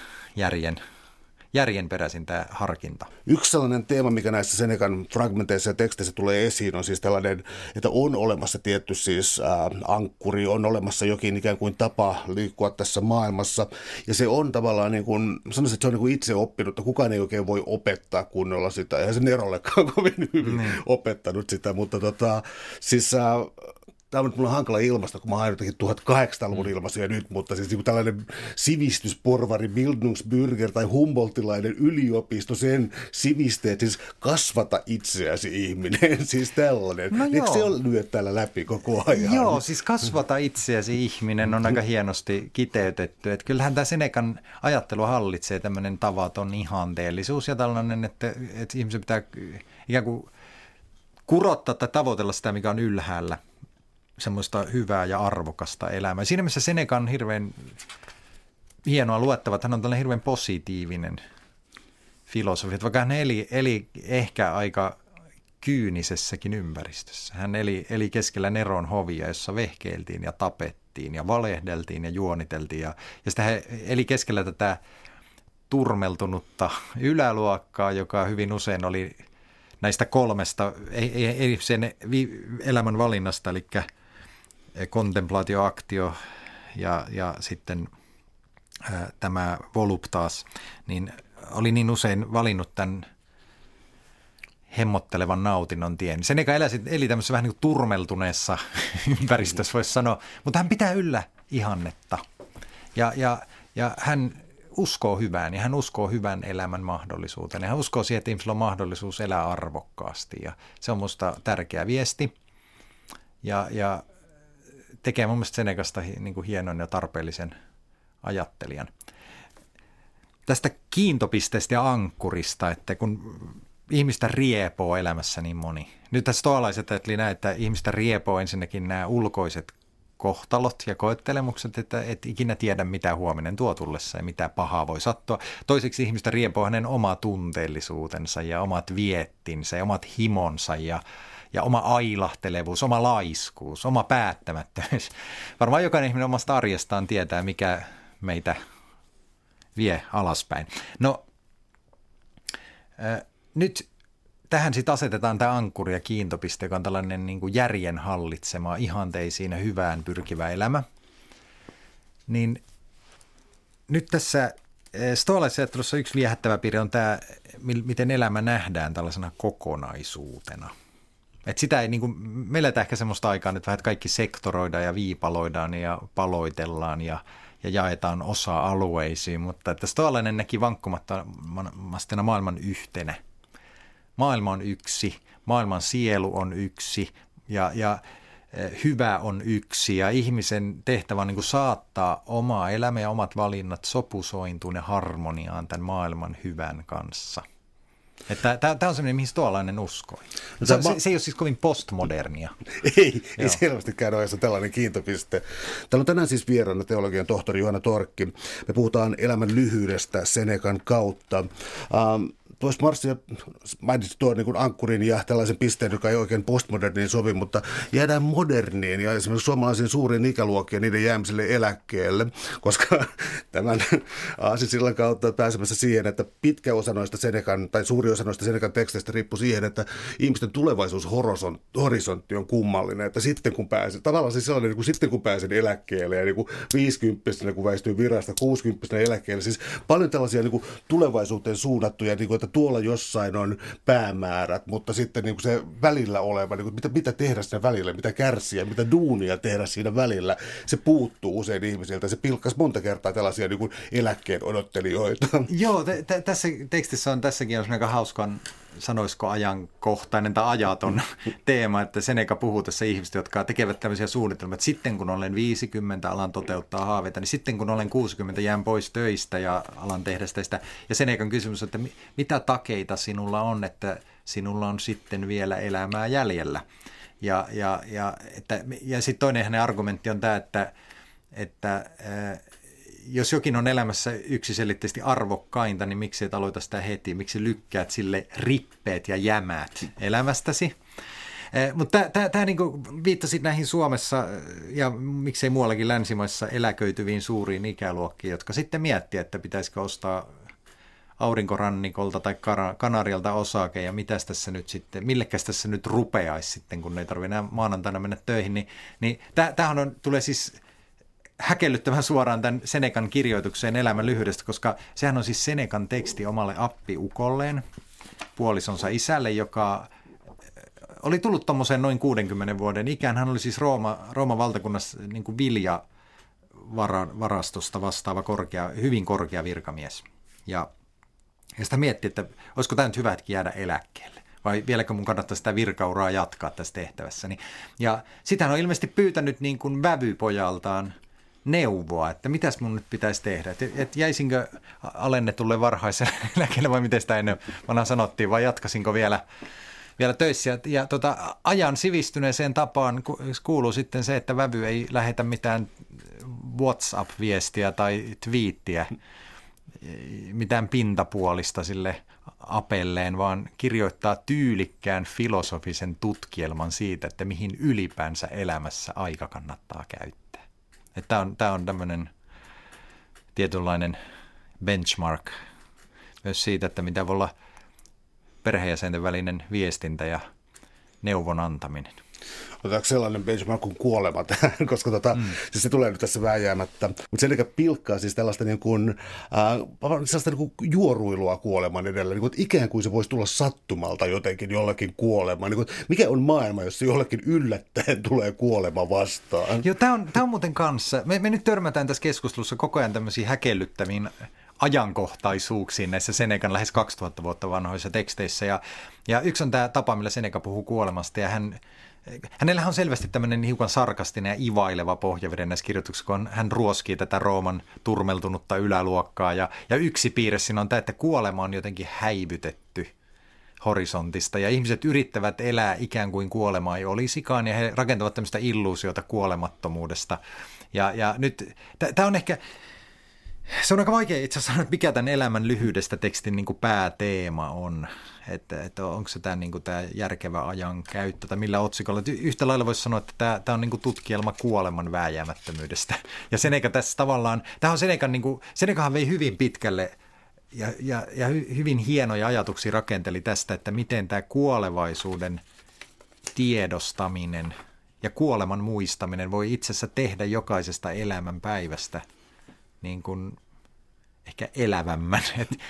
järjen peräisin tämä harkinta. Yksi sellainen teema, mikä näissä Senecan fragmenteissa ja teksteissä tulee esiin, on siis tällainen, että on olemassa tietty siis ankkuri, on olemassa jokin ikään kuin tapa liikkua tässä maailmassa, ja se on tavallaan niin kuin, sanoisin, että se on niin kuin itse oppinut, että kukaan ei oikein voi opettaa kunnolla sitä, eihän se Nerollekaan kovin hyvin opettanut sitä, mutta siis tämä on nyt mulla hankala ilmasta, kun mä oon jotenkin 1800-luvun ilmaisuja nyt, mutta siis niin tällainen sivistysporvari, Bildungsbürger tai Humboldtilainen yliopisto, sen sivisteet, siis kasvata itseäsi ihminen, siis tällainen. No eikö se ole lyöt täällä läpi koko ajan? Joo, siis kasvata itseäsi ihminen on aika hienosti kiteytetty. Että kyllähän tämä Senecan ajattelu hallitsee tämmöinen tavaton ihanteellisuus ja tällainen, että ihmisen pitää ikään kuin kurottaa tai tavoitella sitä, mikä on ylhäällä. Semmoista hyvää ja arvokasta elämää. Siinä missä Seneca on hirveän hienoa luettava, että hän on tällainen hirveän positiivinen filosofi. Vaikka hän eli ehkä aika kyynisessäkin ympäristössä. Hän eli keskellä Neron hovia, jossa vehkeiltiin ja tapettiin ja valehdeltiin ja juoniteltiin. Ja sitten hän eli keskellä tätä turmeltunutta yläluokkaa, joka hyvin usein oli näistä kolmesta, ei sen elämän valinnasta, eli kontemplaatio, aktio ja sitten tämä voluptas, niin oli niin usein valinnut tämän hemmottelevan nautinnon tien. Seneca eli tämmöisessä vähän niin kuin turmeltuneessa ympäristössä, voisi sanoa, mutta hän pitää yllä ihannetta ja hän uskoo hyvään ja hän uskoo hyvän elämän mahdollisuuteen. Ja hän uskoo siihen, että ihmisellä on mahdollisuus elää arvokkaasti ja se on minusta tärkeä viesti ja tekee mun mielestä Senecasta niin kuin hienon ja tarpeellisen ajattelijan. Tästä kiintopisteestä ja ankkurista, että kun ihmistä riepoo elämässä niin moni. Nyt tässä stoalaiset ajatteli näin, että ihmistä riepoo ensinnäkin nämä ulkoiset kohtalot ja koettelemukset, että et ikinä tiedä, mitä huominen tuo tullessa ja mitä pahaa voi sattua. Toiseksi ihmistä riepoo hänen oma tunteellisuutensa ja omat viettinsä ja omat himonsa ja oma ailahtelevuus, oma laiskuus, oma päättämättömyys. Varmaan jokainen ihminen omasta arjestaan tietää, mikä meitä vie alaspäin. No, nyt tähän sitten asetetaan tämä ankkuri ja kiintopiste, joka on tällainen niin kuin järjen hallitsema, ihanteisiin ja hyvään pyrkivä elämä. Niin nyt tässä stoalaisessa ajattelussa yksi viehättävä piirre on tämä miten elämä nähdään tällaisena kokonaisuutena. Et sitä ei, niin kuin, me eletään ehkä semmoista aikaa nyt vähän, että kaikki sektoroidaan ja viipaloidaan ja paloitellaan ja jaetaan osa-alueisiin, mutta että stoalainen näki vankkumattomasti maailman yhtenä. Maailma on yksi, maailman sielu on yksi ja hyvä on yksi ja ihmisen tehtävä on niin kuin saattaa omaa elämä ja omat sopusointuun ja harmoniaan tämän maailman hyvän kanssa. Tämä on semmoinen, mihin stoalainen uskoi. Se ei ole siis kovin postmodernia. Ei selvästikään ole tällainen kiintopiste. Täällä on tänään siis vieraana teologian tohtori Johanna Torkki. Me puhutaan elämän lyhyydestä Senecan kautta. Tuossa Marssia mainitsi tuon niin kuin ankkurin ja tällaisen pisteen, joka ei oikein postmoderniin sovi, mutta jäädään moderniin ja esimerkiksi suomalaisiin suuriin ikäluokkiin niiden jäämiselle eläkkeelle, koska tämän aasinsillan kautta pääsemässä siihen, että pitkä osa noista Senecan, tai suuri osa noista Senecan teksteistä riippuu siihen, että ihmisten tulevaisuushorisontti on kummallinen, että sitten kun pääsen, tavallaan siis sellainen, niin kuin sitten kun pääsen eläkkeelle ja niin kuin 50-vuotiaana kun väistyy virasta, 60-vuotiaana eläkkeelle, siis paljon tällaisia niin kuin tulevaisuuteen suunnattuja, niin kuin, että tuolla jossain on päämäärät, mutta sitten niin kuin se välillä oleva, niin kuin mitä tehdä siinä välillä, mitä kärsiä, mitä duunia tehdä siinä välillä, se puuttuu usein ihmisiltä. Se pilkkasi monta kertaa tällaisia niin kuin eläkkeen odottelijoita. Joo, tässä tekstissä on tässäkin on aika hauskan, sanoisiko ajankohtainen tai ajaton teema, että Seneca puhuu tässä ihmistä, jotka tekevät tämmöisiä suunnitelmia, että sitten kun olen 50, alan toteuttaa haaveita, niin sitten kun olen 60, jään pois töistä ja alan tehdä sitä. Ja Senecan kysymys on, että mitä takeita sinulla on, että sinulla on sitten vielä elämää jäljellä. Ja sitten toinen hänen argumentti on tämä, että jos jokin on elämässä yksiselitteisesti arvokkainta, niin miksi et aloita sitä heti? Miksi lykkäät sille rippeet ja jämät elämästäsi? Mutta tämä niinku viittasit näihin Suomessa ja miksei muuallakin länsimaissa eläköityviin suuriin ikäluokkiin, jotka sitten miettii, että pitäisikö ostaa aurinkorannikolta tai Kanarialta osake ja mitäs tässä nyt sitten, millekäs tässä nyt rupeaisi sitten, kun ei tarvitse enää maanantaina mennä töihin. Niin tämähän tulee siis häkellyttävän suoraan tämän Senecan kirjoitukseen elämän lyhyydestä, koska sehän on siis Senecan teksti omalle appiukolleen, puolisonsa isälle, joka oli tullut tuommoiseen noin 60 vuoden ikään. Hän oli siis Rooman valtakunnassa niin kuin viljavarastosta vastaava hyvin korkea virkamies. Ja sitä mietti, että olisiko tämä nyt hyvä hetki jäädä eläkkeelle, vai vieläkö mun kannattaa sitä virkauraa jatkaa tässä tehtävässä. Ja sitä hän on ilmeisesti pyytänyt niin kuin vävypojaltaan neuvoa, että mitäs mun nyt pitäisi tehdä, että jäisinkö alennetulle varhaiselle eläkkeelle vai miten sitä ennen vanhaan sanottiin, vai jatkaisinko vielä töissä. Ja ajan sivistyneeseen tapaan kuuluu sitten se, että vävy ei lähetä mitään WhatsApp-viestiä tai twiittiä, mitään pintapuolista sille apelleen, vaan kirjoittaa tyylikkään filosofisen tutkielman siitä, että mihin ylipäänsä elämässä aika kannattaa käyttää. Tämä on tämmöinen tietynlainen benchmark myös siitä, että mitä voi olla perheenjäsenten välinen viestintä ja neuvon antaminen. Otetaanko sellainen benchmark kuin kuolema tähän, koska siis se tulee nyt tässä vääjäämättä. Mutta Seneca pilkkaa siis tällaista, sellaista juoruilua kuoleman edellä, niin kuin, että ikään kuin se voisi tulla sattumalta jotenkin jollekin kuolemaan. Niin mikä on maailma, jos jollekin yllättäen tulee kuolema vastaan? Joo, tämä on muuten kanssa. Me nyt törmätään tässä keskustelussa koko ajan tämmöisiin häkellyttäviin ajankohtaisuuksiin näissä Senecan lähes 2000 vuotta vanhoissa teksteissä. Ja yksi on tämä tapa, millä Seneca puhuu kuolemasta, ja hänellä on selvästi tämmöinen hiukan sarkastinen ja ivaileva pohjaveden näissä kirjoituksissa, kun hän ruoskii tätä Rooman turmeltunutta yläluokkaa. Ja yksi piirre siinä on tämä, että kuolema on jotenkin häivytetty horisontista, ja ihmiset yrittävät elää ikään kuin kuolema ei olisikaan, ja he rakentavat tämmöistä illuusiota kuolemattomuudesta. Ja nyt tämä on ehkä... Se on aika vaikea itse asiassa sanoa, että mikä tämän elämän lyhyydestä tekstin niin kuin pääteema on. Että onko se tämä, niin kuin tämä järkevä ajankäyttö tai millä otsikolla. Yhtä lailla voisi sanoa, että tämä on niin kuin tutkielma kuoleman vääjäämättömyydestä. Ja Seneca tässä tavallaan, tämä on Senecahan vei hyvin pitkälle ja hyvin hienoja ajatuksia rakenteli tästä, että miten tämä kuolevaisuuden tiedostaminen ja kuoleman muistaminen voi itse asiassa tehdä jokaisesta elämän päivästä niin kuin ehkä elävämmän.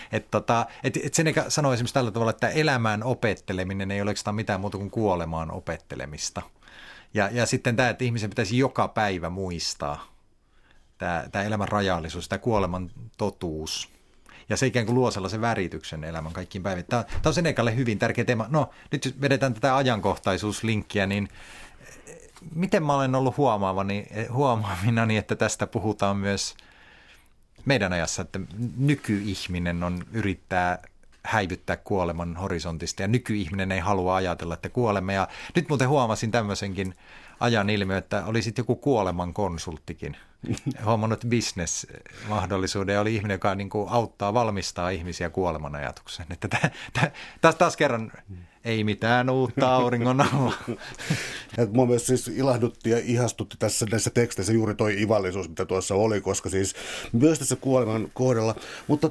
Seneca sanoi esimerkiksi tällä tavalla, että elämään opetteleminen ei ole oikeastaan mitään muuta kuin kuolemaan opettelemista. Ja sitten tämä, että ihmisen pitäisi joka päivä muistaa tämä elämän rajallisuus, tämä kuoleman totuus. Ja se ikään kuin luo sellaisen värityksen elämän kaikkiin päiviin. Tämä on Senecalle hyvin tärkeä teema. No, nyt jos vedetään tätä ajankohtaisuuslinkkiä, niin miten mä olen ollut huomaaminani, että tästä puhutaan myös meidän ajassa, että nykyihminen yrittää häivyttää kuoleman horisontista ja nykyihminen ei halua ajatella, että kuolemme. Ja nyt muuten huomasin tämmöisenkin ajan ilmiö, että oli sitten joku kuoleman konsulttikin. Huomannut business-mahdollisuuden ja oli ihminen, joka niin kuin auttaa valmistaa ihmisiä kuoleman ajatukseen. Että taas kerran ei mitään uutta auringon alla. Mua myös siis ilahdutti ja ihastutti näissä teksteissä juuri toi ivallisuus, mitä tuossa oli, koska siis myös tässä kuoleman kohdalla. Mutta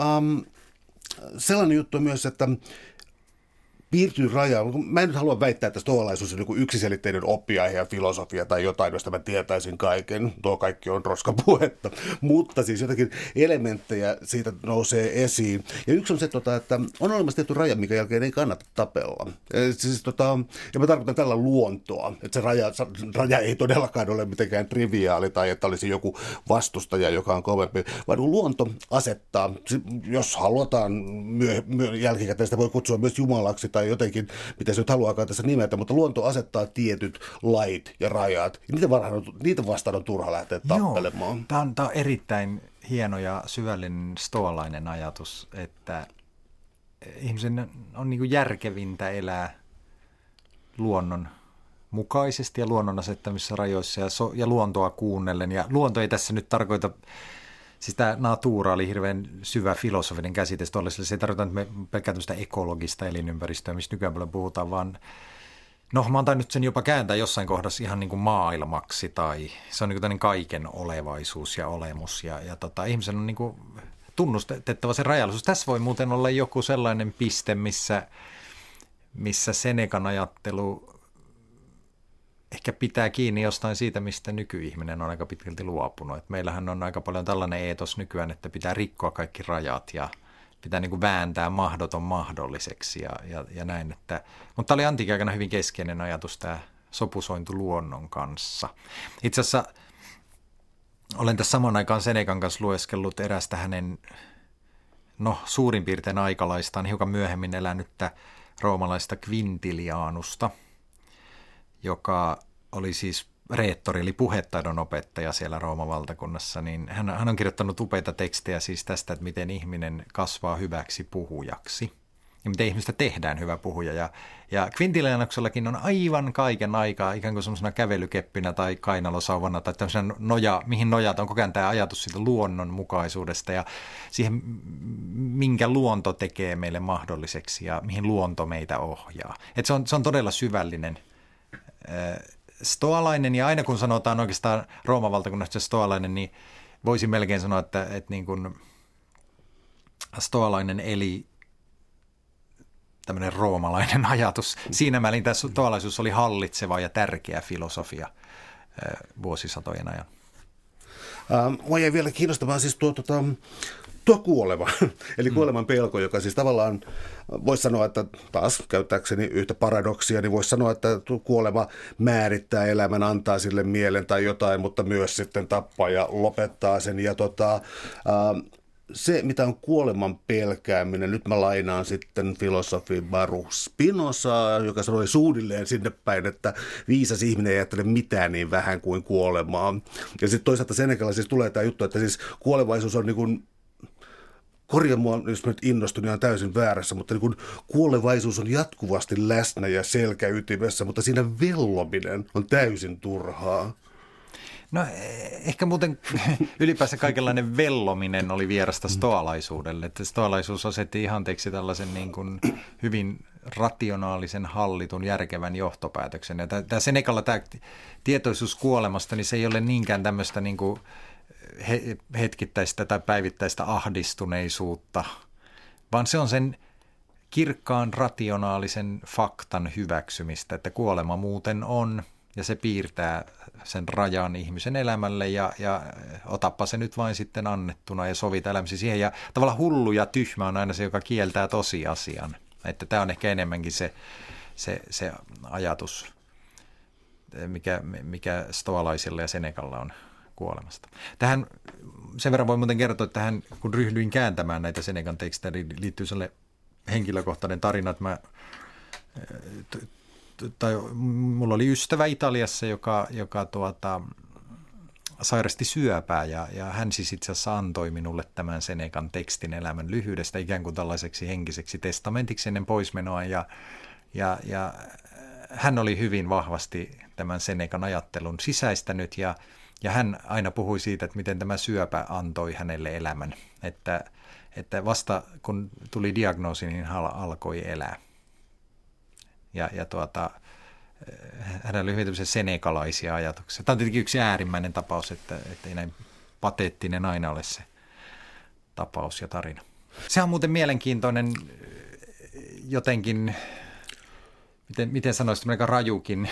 sellainen juttu on myös, että piirtyy raja. Mä en nyt halua väittää, että stoalaisuus on joku yksiselitteinen oppiaihe ja filosofia tai jotain, josta mä tietäisin kaiken. Tuo kaikki on roskapuhetta. Mutta siis jotakin elementtejä siitä nousee esiin. Ja yksi on se, että on olemassa tietty raja, mikä jälkeen ei kannata tapella. Ja mä tarkoitan tällä luontoa. Että se raja ei todellakaan ole mitenkään triviaali tai että olisi joku vastustaja, joka on kovempi. Vaan luonto asettaa, jos halutaan jälkikäteen, sitä voi kutsua myös jumalaksi tai jotenkin, mitä se nyt haluaakaan tässä nimetä, mutta luonto asettaa tietyt lait ja rajat. Ja niitä vastaan on turha lähteä tappelemaan. Joo, tämä on erittäin hieno ja syvällinen stoalainen ajatus, että ihmisen on niin kuin järkevintä elää luonnon mukaisesti ja luonnon asettamissa rajoissa ja luontoa kuunnellen. Ja luonto ei tässä nyt tarkoita. Siis tämä natura oli hirveän syvä filosofinen käsite. Se ei tarkoita pelkkää tämmöistä ekologista elinympäristöä, mistä nykyään paljon puhutaan, vaan mä oon tainnut sen jopa kääntää jossain kohdassa ihan niin kuin maailmaksi, tai se on niin kuin kaiken olevaisuus ja olemus, ja ihmisen on niin kuin tunnustettava se rajallisuus. Tässä voi muuten olla joku sellainen piste, missä Senecan ajattelu ehkä pitää kiinni jostain siitä, mistä nykyihminen on aika pitkälti luopunut. Et meillähän on aika paljon tällainen eetos nykyään, että pitää rikkoa kaikki rajat ja pitää niin kuin vääntää mahdoton mahdolliseksi ja näin. Mutta tämä oli antiikin aikana hyvin keskeinen ajatus, tämä sopusointu luonnon kanssa. Itse asiassa olen tässä samaan aikaan Senecan kanssa lueskellut erästä hänen suurin piirtein aikalaistaan, hiukan myöhemmin elänyttä roomalaista Quintilianusta, joka oli siis reettori, eli puhetaidon opettaja siellä Rooman valtakunnassa, niin hän on kirjoittanut upeita tekstejä siis tästä, että miten ihminen kasvaa hyväksi puhujaksi ja miten ihmistä tehdään hyvä puhuja. Ja Quintilianuksellakin on aivan kaiken aikaa ikään kuin semmoisena kävelykeppinä tai kainalosauvana tai tämmöisenä mihin nojataan koko ajan tämä ajatus siitä luonnonmukaisuudesta ja siihen, minkä luonto tekee meille mahdolliseksi ja mihin luonto meitä ohjaa. Että se on todella syvällinen stoalainen, ja aina kun sanotaan oikeastaan Rooman valtakunnasta stoalainen, niin voisi melkein sanoa, että niin kuin stoalainen eli tämmöinen roomalainen ajatus. Siinä määrin tämä stoalaisuus oli hallitseva ja tärkeä filosofia vuosisatojen ajan. Mua jäi vielä kiinnostamaan siis tuo kuolema, eli kuoleman pelko, joka siis tavallaan voisi sanoa, että taas käyttääkseni yhtä paradoksia, niin voisi sanoa, että kuolema määrittää elämän, antaa sille mielen tai jotain, mutta myös sitten tappaa ja lopettaa sen. Ja se, mitä on kuoleman pelkääminen, nyt mä lainaan sitten filosofi Baruch Spinozaa, joka sanoi suunnilleen sinne päin, että viisas ihminen ei ajattele mitään niin vähän kuin kuolemaa. Ja sitten toisaalta Senecalla siis tulee tämä juttu, että siis kuolevaisuus on niin kuin, korjaa mua, jos mä nyt innostun, niin on täysin väärässä, mutta niin kun kuolevaisuus on jatkuvasti läsnä ja selkäytimessä, mutta siinä vellominen on täysin turhaa. No ehkä muuten ylipäänsä kaikenlainen vellominen oli vierasta stoalaisuudelle. Että stoalaisuus asetti ihanteeksi tällaisen niin kuin hyvin rationaalisen, hallitun, järkevän johtopäätöksen. Ja tämä Senecalla tämä tietoisuus kuolemasta, niin se ei ole niinkään tämmöistä niin kuin hetkittäistä tai päivittäistä ahdistuneisuutta, vaan se on sen kirkkaan rationaalisen faktan hyväksymistä, että kuolema muuten on ja se piirtää sen rajan ihmisen elämälle ja otappa se nyt vain sitten annettuna ja sovita elämäsi siihen. Ja tavallaan hullu ja tyhmä on aina se, joka kieltää tosiasian. Että tämä on ehkä enemmänkin se ajatus, mikä stoalaisilla ja Senecalla on kuolemasta. Tähän sen verran voi muuten kertoa, että tähän, kun ryhdyin kääntämään näitä Senecan tekstejä, niin liittyy sellainen henkilökohtainen tarina, että mulla oli ystävä Italiassa, joka sairasti syöpää ja hän siis itse asiassa antoi minulle tämän Senecan tekstin elämän lyhyydestä ikään kuin tällaiseksi henkiseksi testamentiksi ennen poismenoa ja hän oli hyvin vahvasti tämän Senecan ajattelun sisäistänyt ja hän aina puhui siitä, että miten tämä syöpä antoi hänelle elämän, että vasta kun tuli diagnoosi, niin hän alkoi elää. Hänellä oli hyvin tämmöisiä senekalaisia ajatuksia. Tämä on tietenkin yksi äärimmäinen tapaus, että ei näin pateettinen aina ole se tapaus ja tarina. Se on muuten mielenkiintoinen jotenkin, miten sanoisin, aika rajukin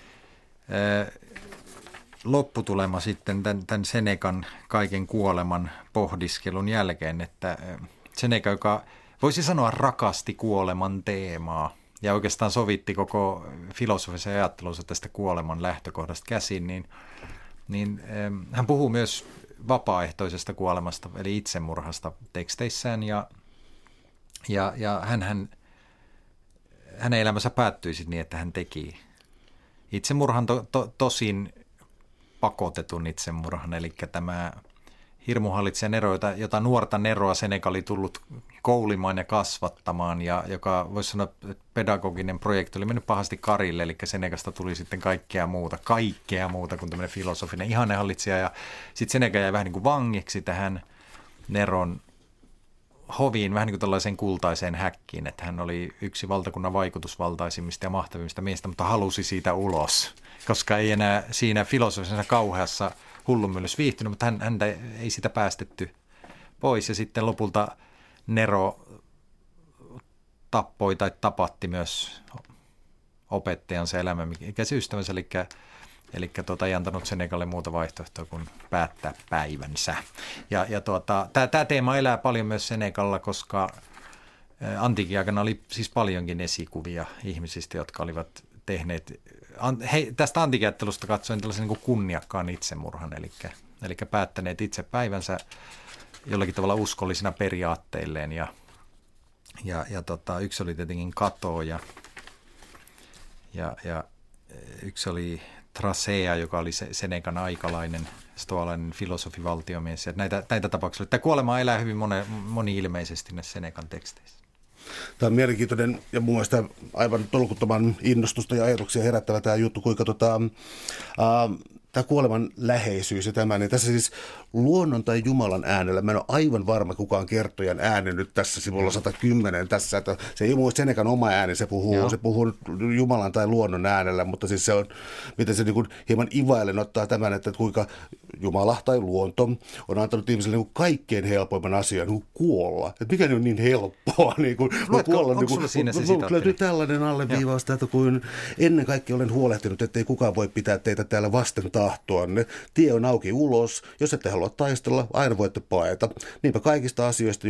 lopputulema sitten tämän Senecan kaiken kuoleman pohdiskelun jälkeen, että Seneca, joka voisi sanoa rakasti kuoleman teemaa ja oikeastaan sovitti koko filosofisen ajattelunsa tästä kuoleman lähtökohdasta käsin, niin hän puhuu myös vapaaehtoisesta kuolemasta, eli itsemurhasta teksteissään ja hänen elämänsä päättyi sitten niin, että hän teki itsemurhan tosin pakotetun itsemurhan, eli tämä hirmuhallitsija Nero, jota nuorta Neroa Seneca oli tullut koulimaan ja kasvattamaan, ja joka voisi sanoa, että pedagoginen projekti oli mennyt pahasti karille, eli Senecasta tuli sitten kaikkea muuta kuin tämmöinen filosofinen ihanehallitsija, ja sitten Seneca jäi vähän niin kuin vangiksi tähän Neron hoviin, vähän niin kuin tällaiseen kultaiseen häkkiin, että hän oli yksi valtakunnan vaikutusvaltaisimmista ja mahtavimmista miehistä, mutta halusi siitä ulos, koska ei enää siinä filosofisessa kauheassa hullunmyllys viihtynyt, mutta häntä ei sitä päästetty pois. Ja sitten lopulta Nero tappoi tai tapatti myös opettajansa elämänikäisen ystävänsä, eli ei antanut Senecalle muuta vaihtoehtoa kuin päättää päivänsä. Tämä teema elää paljon myös Senecalla, koska antiikin aikana oli siis paljonkin esikuvia ihmisistä, jotka olivat tehneet tästä antiikiajattelusta katsoen tällaisen niin kuin kunniakkaan itsemurhan, eli päättäneet itse päivänsä jollakin tavalla uskollisina periaatteilleen. Yksi oli tietenkin Cato ja yksi oli Tracea, joka oli Senecan aikalainen stoalainen filosofivaltiomies. Näitä tapauksia. Tämä kuolema elää hyvin moni-ilmeisesti näissä Senecan teksteissä. Tämä on mielenkiintoinen ja mun mielestä aivan tolkuttoman innostusta ja ajatuksia herättävä tämä juttu, kuinka tämä kuoleman läheisyys ja tämä, niin tässä siis luonnon tai Jumalan äänellä, mä en ole aivan varma kukaan kertojan ääni nyt tässä sivulla 110 tässä, että se ei ole Senecan oma ääni, se puhuu Jumalan tai luonnon äänellä, mutta siis se on, miten se niin kuin hieman ivaillen ottaa tämän, että kuinka Jumala tai luonto on antanut ihmiselle niin kuin kaikkein helpoimman asian, niin kuin kuolla. Että mikä on niin helppoa, niin kuin kuolla. Onko sulla siinä se sitaatti? Löytyy tällainen alleviivaus, että kuin ennen kaikkea olen huolehtinut, ettei kukaan voi pitää teitä täällä vasten tahtoanne. Tie on auki ulos, jos ette halua taistella, aina voitte paeta. Niinpä kaikista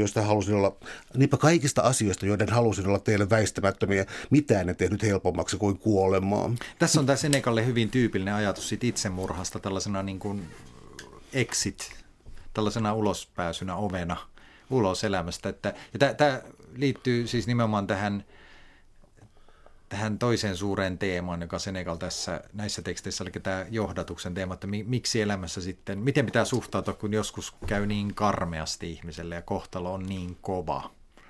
asioista, joiden halusin olla teille väistämättömiä, mitään en tehnyt helpommaksi kuin kuolemaa. Tässä on tämä Senecalle hyvin tyypillinen ajatus siitä itsemurhasta, tällaisena niin kuin exit, tällaisena ulospääsynä ovena ulos elämästä. Tämä liittyy siis nimenomaan tähän toiseen suureen teemaan, joka Senecal näissä teksteissä, eli tämä johdatuksen teema, että miksi elämässä sitten, miten pitää suhtautua, kun joskus käy niin karmeasti ihmiselle ja kohtalo on niin kova.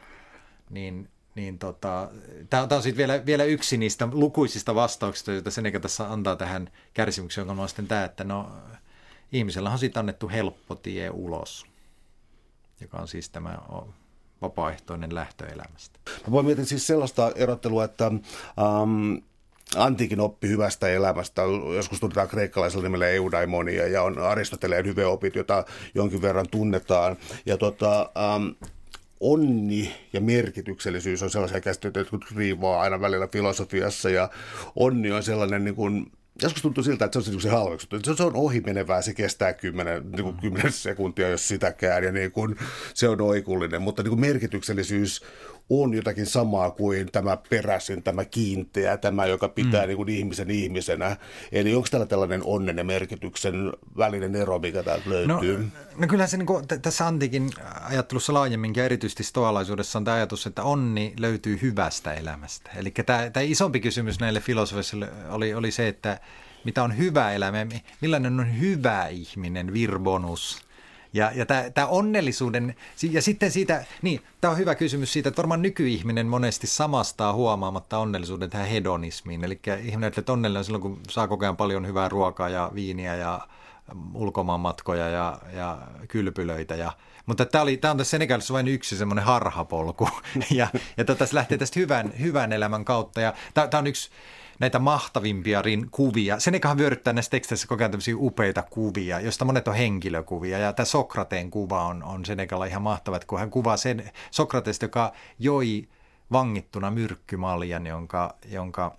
Tämä on sitten vielä yksi niistä lukuisista vastauksista, joita Seneca tässä antaa tähän kärsimykseen, jonka on sitten tämä, että ihmisellä on sitten annettu helppo tie ulos, joka on siis tämä vapaaehtoinen lähtö elämästä. Mä voin miettiä siis sellaista erottelua, että antiikin oppi hyvästä elämästä, joskus tunnetaan kreikkalaisella nimellä eudaimonia ja on Aristoteleen hyveopit, jota jonkin verran tunnetaan. Ja onni ja merkityksellisyys on sellaisia käsitteitä, jotka riivaa aina välillä filosofiassa ja onni on sellainen niin kuin joskus tuntuu siltä, että se on se halveksuttu. Se on ohimenevää, se kestää 10 sekuntia, jos sitäkään, ja niin kuin, se on oikullinen, mutta niin kuin merkityksellisyys on jotakin samaa kuin tämä peräisin, tämä kiinteä, tämä, joka pitää niin kuin ihmisen ihmisenä. Eli onko tällä tällainen onnen ja merkityksen välinen ero, mikä täältä löytyy? No kyllähän se niin kuin, tässä antiikin ajattelussa laajemminkin ja erityisesti stoalaisuudessa on tämä ajatus, että onni löytyy hyvästä elämästä. Eli tämä isompi kysymys näille filosofisille oli se, että mitä on hyvä elämä, millainen on hyvä ihminen, virbonus. Ja tämä onnellisuuden, ja sitten siitä, niin tämä on hyvä kysymys siitä, että varmaan nykyihminen monesti samastaa huomaamatta onnellisuuden tähän hedonismiin. Eli ihminen ajattelee, että onnellinen on silloin, kun saa koko ajan paljon hyvää ruokaa ja viiniä ja ulkomaanmatkoja ja kylpylöitä. Mutta tämä on tässä Senegalissa vain yksi semmoinen harhapolku, ja se lähtee tästä hyvän elämän kautta, ja tämä on yksi näitä mahtavimpia kuvia. Senecahan vyöryttää näissä teksteissä koko ajan tämmöisiä upeita kuvia, joista monet on henkilökuvia. Ja tämä Sokrateen kuva on Senecalla ihan mahtava, että kun hän kuvaa sen Sokratesta, joka joi vangittuna myrkkymaljan, jonka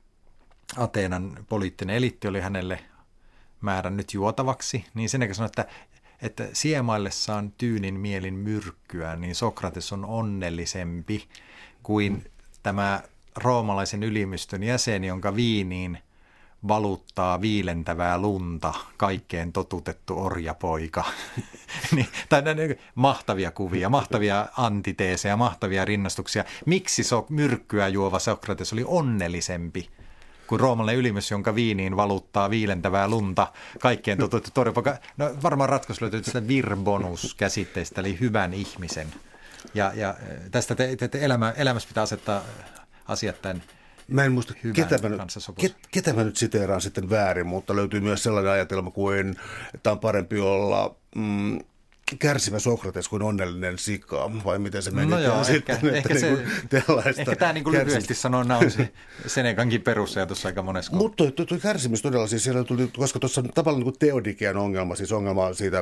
Ateenan poliittinen eliitti oli hänelle määrännyt juotavaksi, niin Seneca sanoi, että siemaillessaan tyynin mielin myrkkyä, niin Sokrates on onnellisempi kuin tämä roomalaisen ylimystön jäsen, jonka viiniin valuttaa viilentävää lunta, kaikkeen totutettu orjapoika. Tai mahtavia kuvia, mahtavia antiteeseja, mahtavia rinnastuksia. Miksi myrkkyä juova Sokrates oli onnellisempi kuin roomalainen ylimys, jonka viiniin valuttaa viilentävää lunta, kaikkeen totutettu orjapoika? No varmaan ratkaisu löytyy tästä virbonus-käsitteestä, eli hyvän ihmisen. Ja tästä elämässä pitää asettaa asiat tämän mä en muista, ketä mä nyt siteeraan sitten väärin, mutta löytyy myös sellainen ajatelma kuin, että on parempi olla kärsivä Sokrates kuin onnellinen sika, vai miten se meni? No joo, ehkä tämä niin lyhyesti sanoen on se Senecankin perusajatus aika monessa. Mutta tuo kärsimys todella, siis siellä tuli, koska tuossa on tavallaan niin teodikian ongelma, siis ongelma siitä,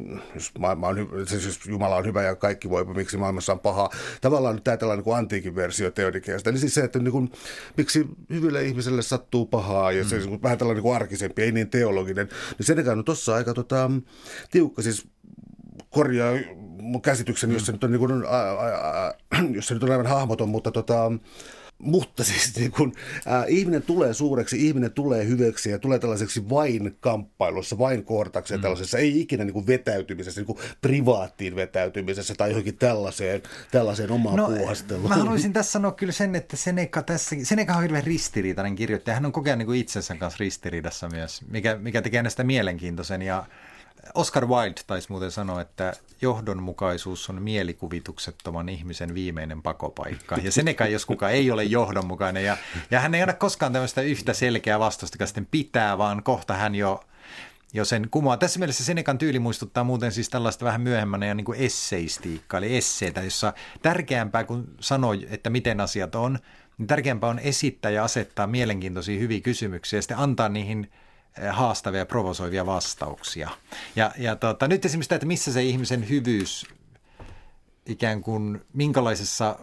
jos Jumala on hyvä ja kaikki voi, miksi maailmassa on pahaa. Tavallaan nyt tämä tällainen niin antiikin versio teodikiasta, eli siis se, että niin kuin, miksi hyville ihmisille sattuu pahaa, ja se on vähän tällainen niin arkisempi, ei niin teologinen, niin Seneca on tuossa aika tiukka, siis korjaa mun käsityksen, jos se nyt on, niin kuin, jos se nyt on aivan hahmoton, mutta siis niin kuin, ihminen tulee suureksi, ihminen tulee hyväksi ja tulee tällaiseksi vain kamppailussa, vain kohtakseen tällaisessa, ei ikinä niin kuin vetäytymisessä, niin kuin privaattiin vetäytymisessä tai johonkin tällaiseen omaan puuhasteluun. Mä haluaisin tässä sanoa kyllä sen, että Seneca on hirveän ristiriitainen kirjoittaja. Hän on koko ajan niin kuin itsensä kanssa ristiriidassa myös, mikä tekee näistä mielenkiintoisen. Ja Oscar Wilde taisi muuten sanoa, että johdonmukaisuus on mielikuvituksettoman ihmisen viimeinen pakopaikka. Ja Seneca, jos kukaan ei ole johdonmukainen. Ja hän ei anna koskaan tämmöistä yhtä selkeää vastausta, joka sitten pitää, vaan kohta hän jo sen kumoaa. Tässä mielessä Senecan tyyli muistuttaa muuten siis tällaista vähän myöhemmänä ja niin kuin esseistiikkaa, eli esseitä, jossa tärkeämpää kuin sanoi, että miten asiat on, niin tärkeämpää on esittää ja asettaa mielenkiintoisia hyviä kysymyksiä ja sitten antaa niihin haastavia ja provosoivia vastauksia. Ja nyt esimerkiksi tämä, että missä se ihmisen hyvyys, ikään kuin minkälaisessa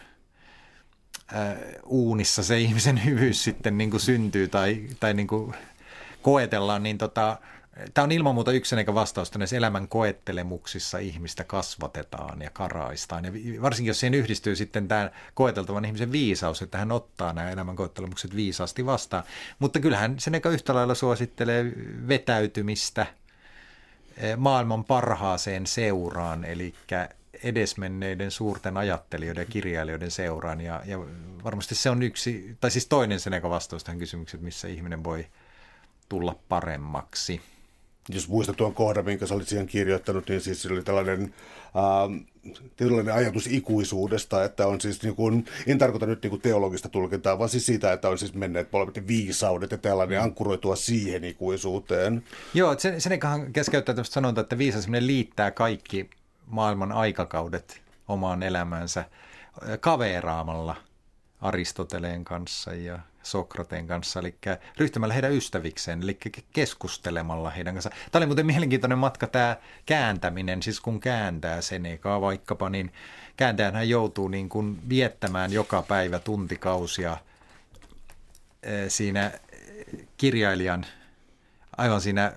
uunissa se ihmisen hyvyys sitten niin kuin syntyy tai niin kuin koetellaan, niin tämä on ilman muuta yksi eikä vastausta näissä elämän koettelemuksissa ihmistä kasvatetaan ja karaistaan. Ja varsinkin jos siihen yhdistyy sitten tämä koeteltavan ihmisen viisaus, että hän ottaa nämä elämän koettelemukset viisaasti vastaan. Mutta kyllähän Seneca yhtä lailla suosittelee vetäytymistä maailman parhaaseen seuraan, eli edesmenneiden suurten ajattelijoiden ja kirjailijoiden seuraan. Ja varmasti se on yksi, tai siis toinen Seneca vastaus tähän kysymykseen, missä ihminen voi tulla paremmaksi. Jos muistat tuon kohdan, minkä sä olit siihen kirjoittanut, niin siis oli tällainen ajatus ikuisuudesta, että on siis, niin kuin, en tarkoita nyt niin kuin teologista tulkintaa, vaan siis siitä, että on siis menneet molemmat viisaudet ja tällainen ankkuroitua siihen ikuisuuteen. Joo, Senecahan keskeyttää tämmöistä sanontaa, että viisaus liittää kaikki maailman aikakaudet omaan elämäänsä kaveeraamalla Aristoteleen kanssa ja Sokrateen kanssa, eli ryhtymällä heidän ystävikseen, eli keskustelemalla heidän kanssaan. Tämä oli muuten mielenkiintoinen matka, tämä kääntäminen, siis kun kääntää Senecaa vaikkapa, niin kääntäjänhän joutuu niin kuin viettämään joka päivä tuntikausia siinä kirjailijan aivan siinä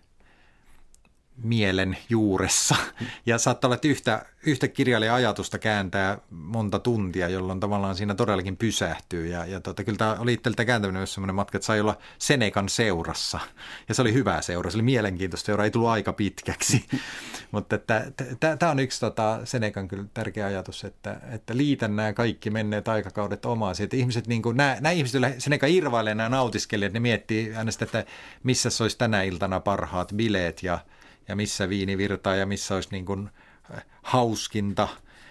mielen juuressa. Ja saattaa olla, että yhtä kirjailijan ajatusta kääntää monta tuntia, jolloin tavallaan siinä todellakin pysähtyy. Ja kyllä tämä oli itseltä kääntäminen myös sellainen matka, että sai olla Senecan seurassa. Ja se oli hyvä seura, se oli mielenkiintoista seura, ei tullut aika pitkäksi. Mutta tämä on yksi Senecan kyllä tärkeä ajatus, että liitä nämä kaikki menneet aikakaudet omaasi. Että ihmiset, niin kuin, nämä ihmiset, joilla Seneca irvailee, nämä nautiskelijat, ne miettii aina sitä, että missä se olisi tänä iltana parhaat bileet ja missä viini virtaa ja missä olisi niin kuin hauskinta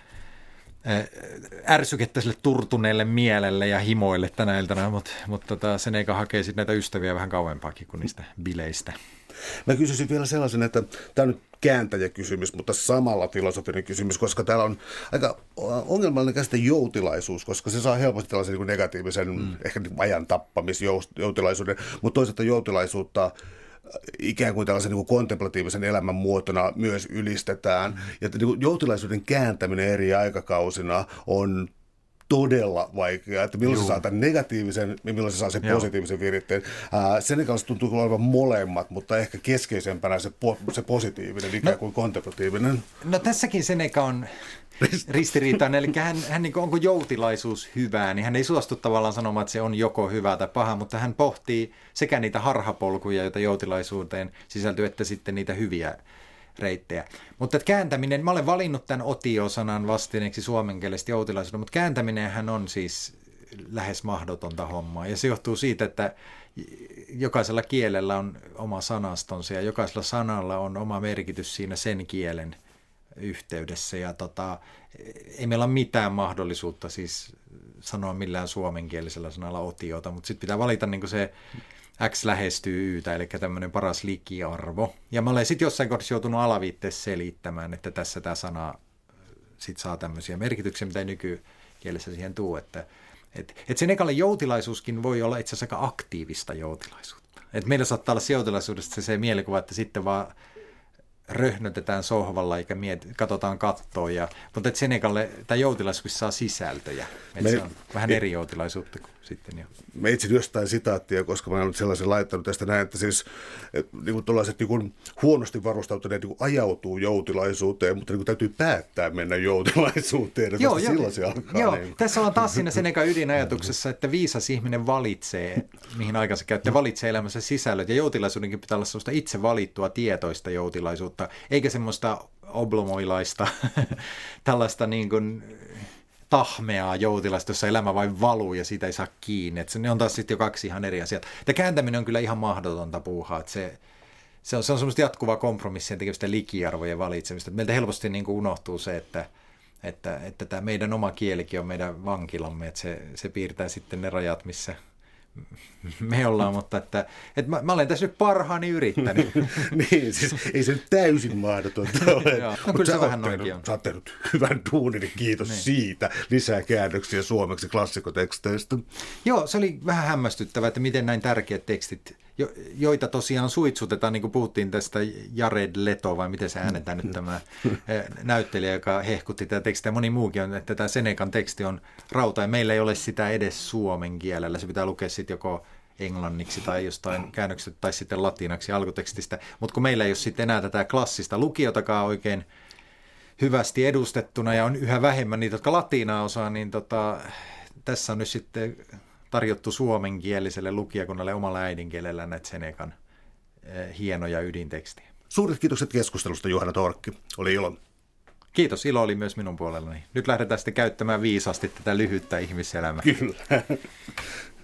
ärsykettä sille turtuneelle mielelle ja himoille tänä iltana, mutta Seneca hakee sitten näitä ystäviä vähän kauempaakin kuin niistä bileistä. Mä kysyisin vielä sellaisen, että tämä on nyt kääntäjäkysymys, mutta samalla filosofinen kysymys, koska täällä on aika ongelmallinen käsite joutilaisuus, koska se saa helposti tällaisen niin kuin negatiivisen, ehkä niin ajan tappamisjoutilaisuuden, mutta toisaalta joutilaisuutta ikään kuin tällaisen niin kuin kontemplatiivisen elämän muotona myös ylistetään. Ja niin kuin joutilaisuuden kääntäminen eri aikakausina on todella vaikeaa, että milloin se saa tämän negatiivisen ja milloin se saa sen positiivisen viritteen. Senecalissa tuntuu olevan molemmat, mutta ehkä keskeisempänä se positiivinen, ikään kuin kontemplatiivinen. No tässäkin Seneca on ristiriitainen, eli hän niin kuin, onko joutilaisuus hyvää, niin hän ei suostu tavallaan sanomaan, että se on joko hyvää tai paha, mutta hän pohtii sekä niitä harhapolkuja, joita joutilaisuuteen sisältyy, että sitten niitä hyviä reittejä. Mutta kääntäminen, mä olen valinnut tämän otio-sanan vastineeksi suomenkielistä joutilaisuuden, mutta kääntäminenhän on siis lähes mahdotonta hommaa. Ja se johtuu siitä, että jokaisella kielellä on oma sanastonsa ja jokaisella sanalla on oma merkitys siinä sen kielen yhteydessä. Ja ei meillä ole mitään mahdollisuutta siis sanoa millään suomenkielisellä sanalla otiota, mutta sitten pitää valita niin kuin se X lähestyy Ytä, eli tämmöinen paras likiarvo. Ja mä olen sitten jossain kohdassa joutunut alaviitteessä selittämään, että tässä tämä sana sit saa tämmöisiä merkityksiä, mitä ei nykykielessä siihen tule. Että Senecalle joutilaisuuskin voi olla itse asiassa aika aktiivista joutilaisuutta. Et meillä saattaa olla joutilaisuudesta se mielikuva, että sitten vaan röhnötetään sohvalla eikä katsotaan kattoon. Mutta Senecalle tämä joutilaisuus saa sisältöjä. Se on vähän eri joutilaisuutta kuin sitten jo. Mä etsin jostain sitaattia, koska mä olen sellaisen laittanut tästä näin, että siis niin tuollaiset niin huonosti varustautuneet niin ajautuu joutilaisuuteen, mutta niin täytyy päättää mennä joutilaisuuteen. Joo. Tässä on taas siinä Senecan ydinajatuksessa, että viisas ihminen valitsee, mihin aikansa käyttää, valitsee elämänsä sisällöt. Ja joutilaisuudenkin pitää olla sellaista itse valittua tietoista joutilaisuutta, eikä semmoista oblomoilaista, tällaista niin kuin tahmeaa joutilaista, jossa elämä vain valuu ja siitä ei saa kiinni. Että ne on taas sitten jo kaksi ihan eri asiaa. Tämä kääntäminen on kyllä ihan mahdotonta puuhaa. Se on semmoista jatkuvaa kompromissien tekemistä likiarvojen valitsemista. Meiltä helposti niin kuin unohtuu se, että tämä meidän oma kielikin on meidän vankilamme. Että se piirtää sitten ne rajat, missä me ollaan, mutta että mä olen tässä nyt parhaani yrittänyt. Niin, siis ei se nyt täysin mahdotonta ole. No kyllä se vähän noinkin on. Sä oot tehnyt hyvän duunin, niin kiitos siitä. Lisää käännöksiä suomeksi klassikoteksteistä. Joo, se oli vähän hämmästyttävää, että miten näin tärkeät tekstit, joita tosiaan suitsutetaan, niin kuin puhuttiin tästä Jared Leto, vai miten se äänetään nyt tämä näyttelijä, joka hehkutti tätä tekstiä. Moni muukin on, että tämä Senecan teksti on rauta, ja meillä ei ole sitä edes suomen kielellä. Se pitää lukea sitten joko englanniksi tai jostain käännöksestä tai sitten latinaksi alkutekstistä. Mutta kun meillä ei ole sitten enää tätä klassista lukiotakaan oikein hyvästi edustettuna, ja on yhä vähemmän niitä, jotka latinaa osaa, niin tässä on nyt sitten tarjottu suomenkieliselle lukijakunnalle omalla äidinkielellä näitä Senecan hienoja ydintekstiä. Suuret kiitokset keskustelusta, Juhana Torkki. Oli ilo. Kiitos, ilo oli myös minun puolellani. Nyt lähdetään sitten käyttämään viisaasti tätä lyhyttä ihmiselämää. Kyllä.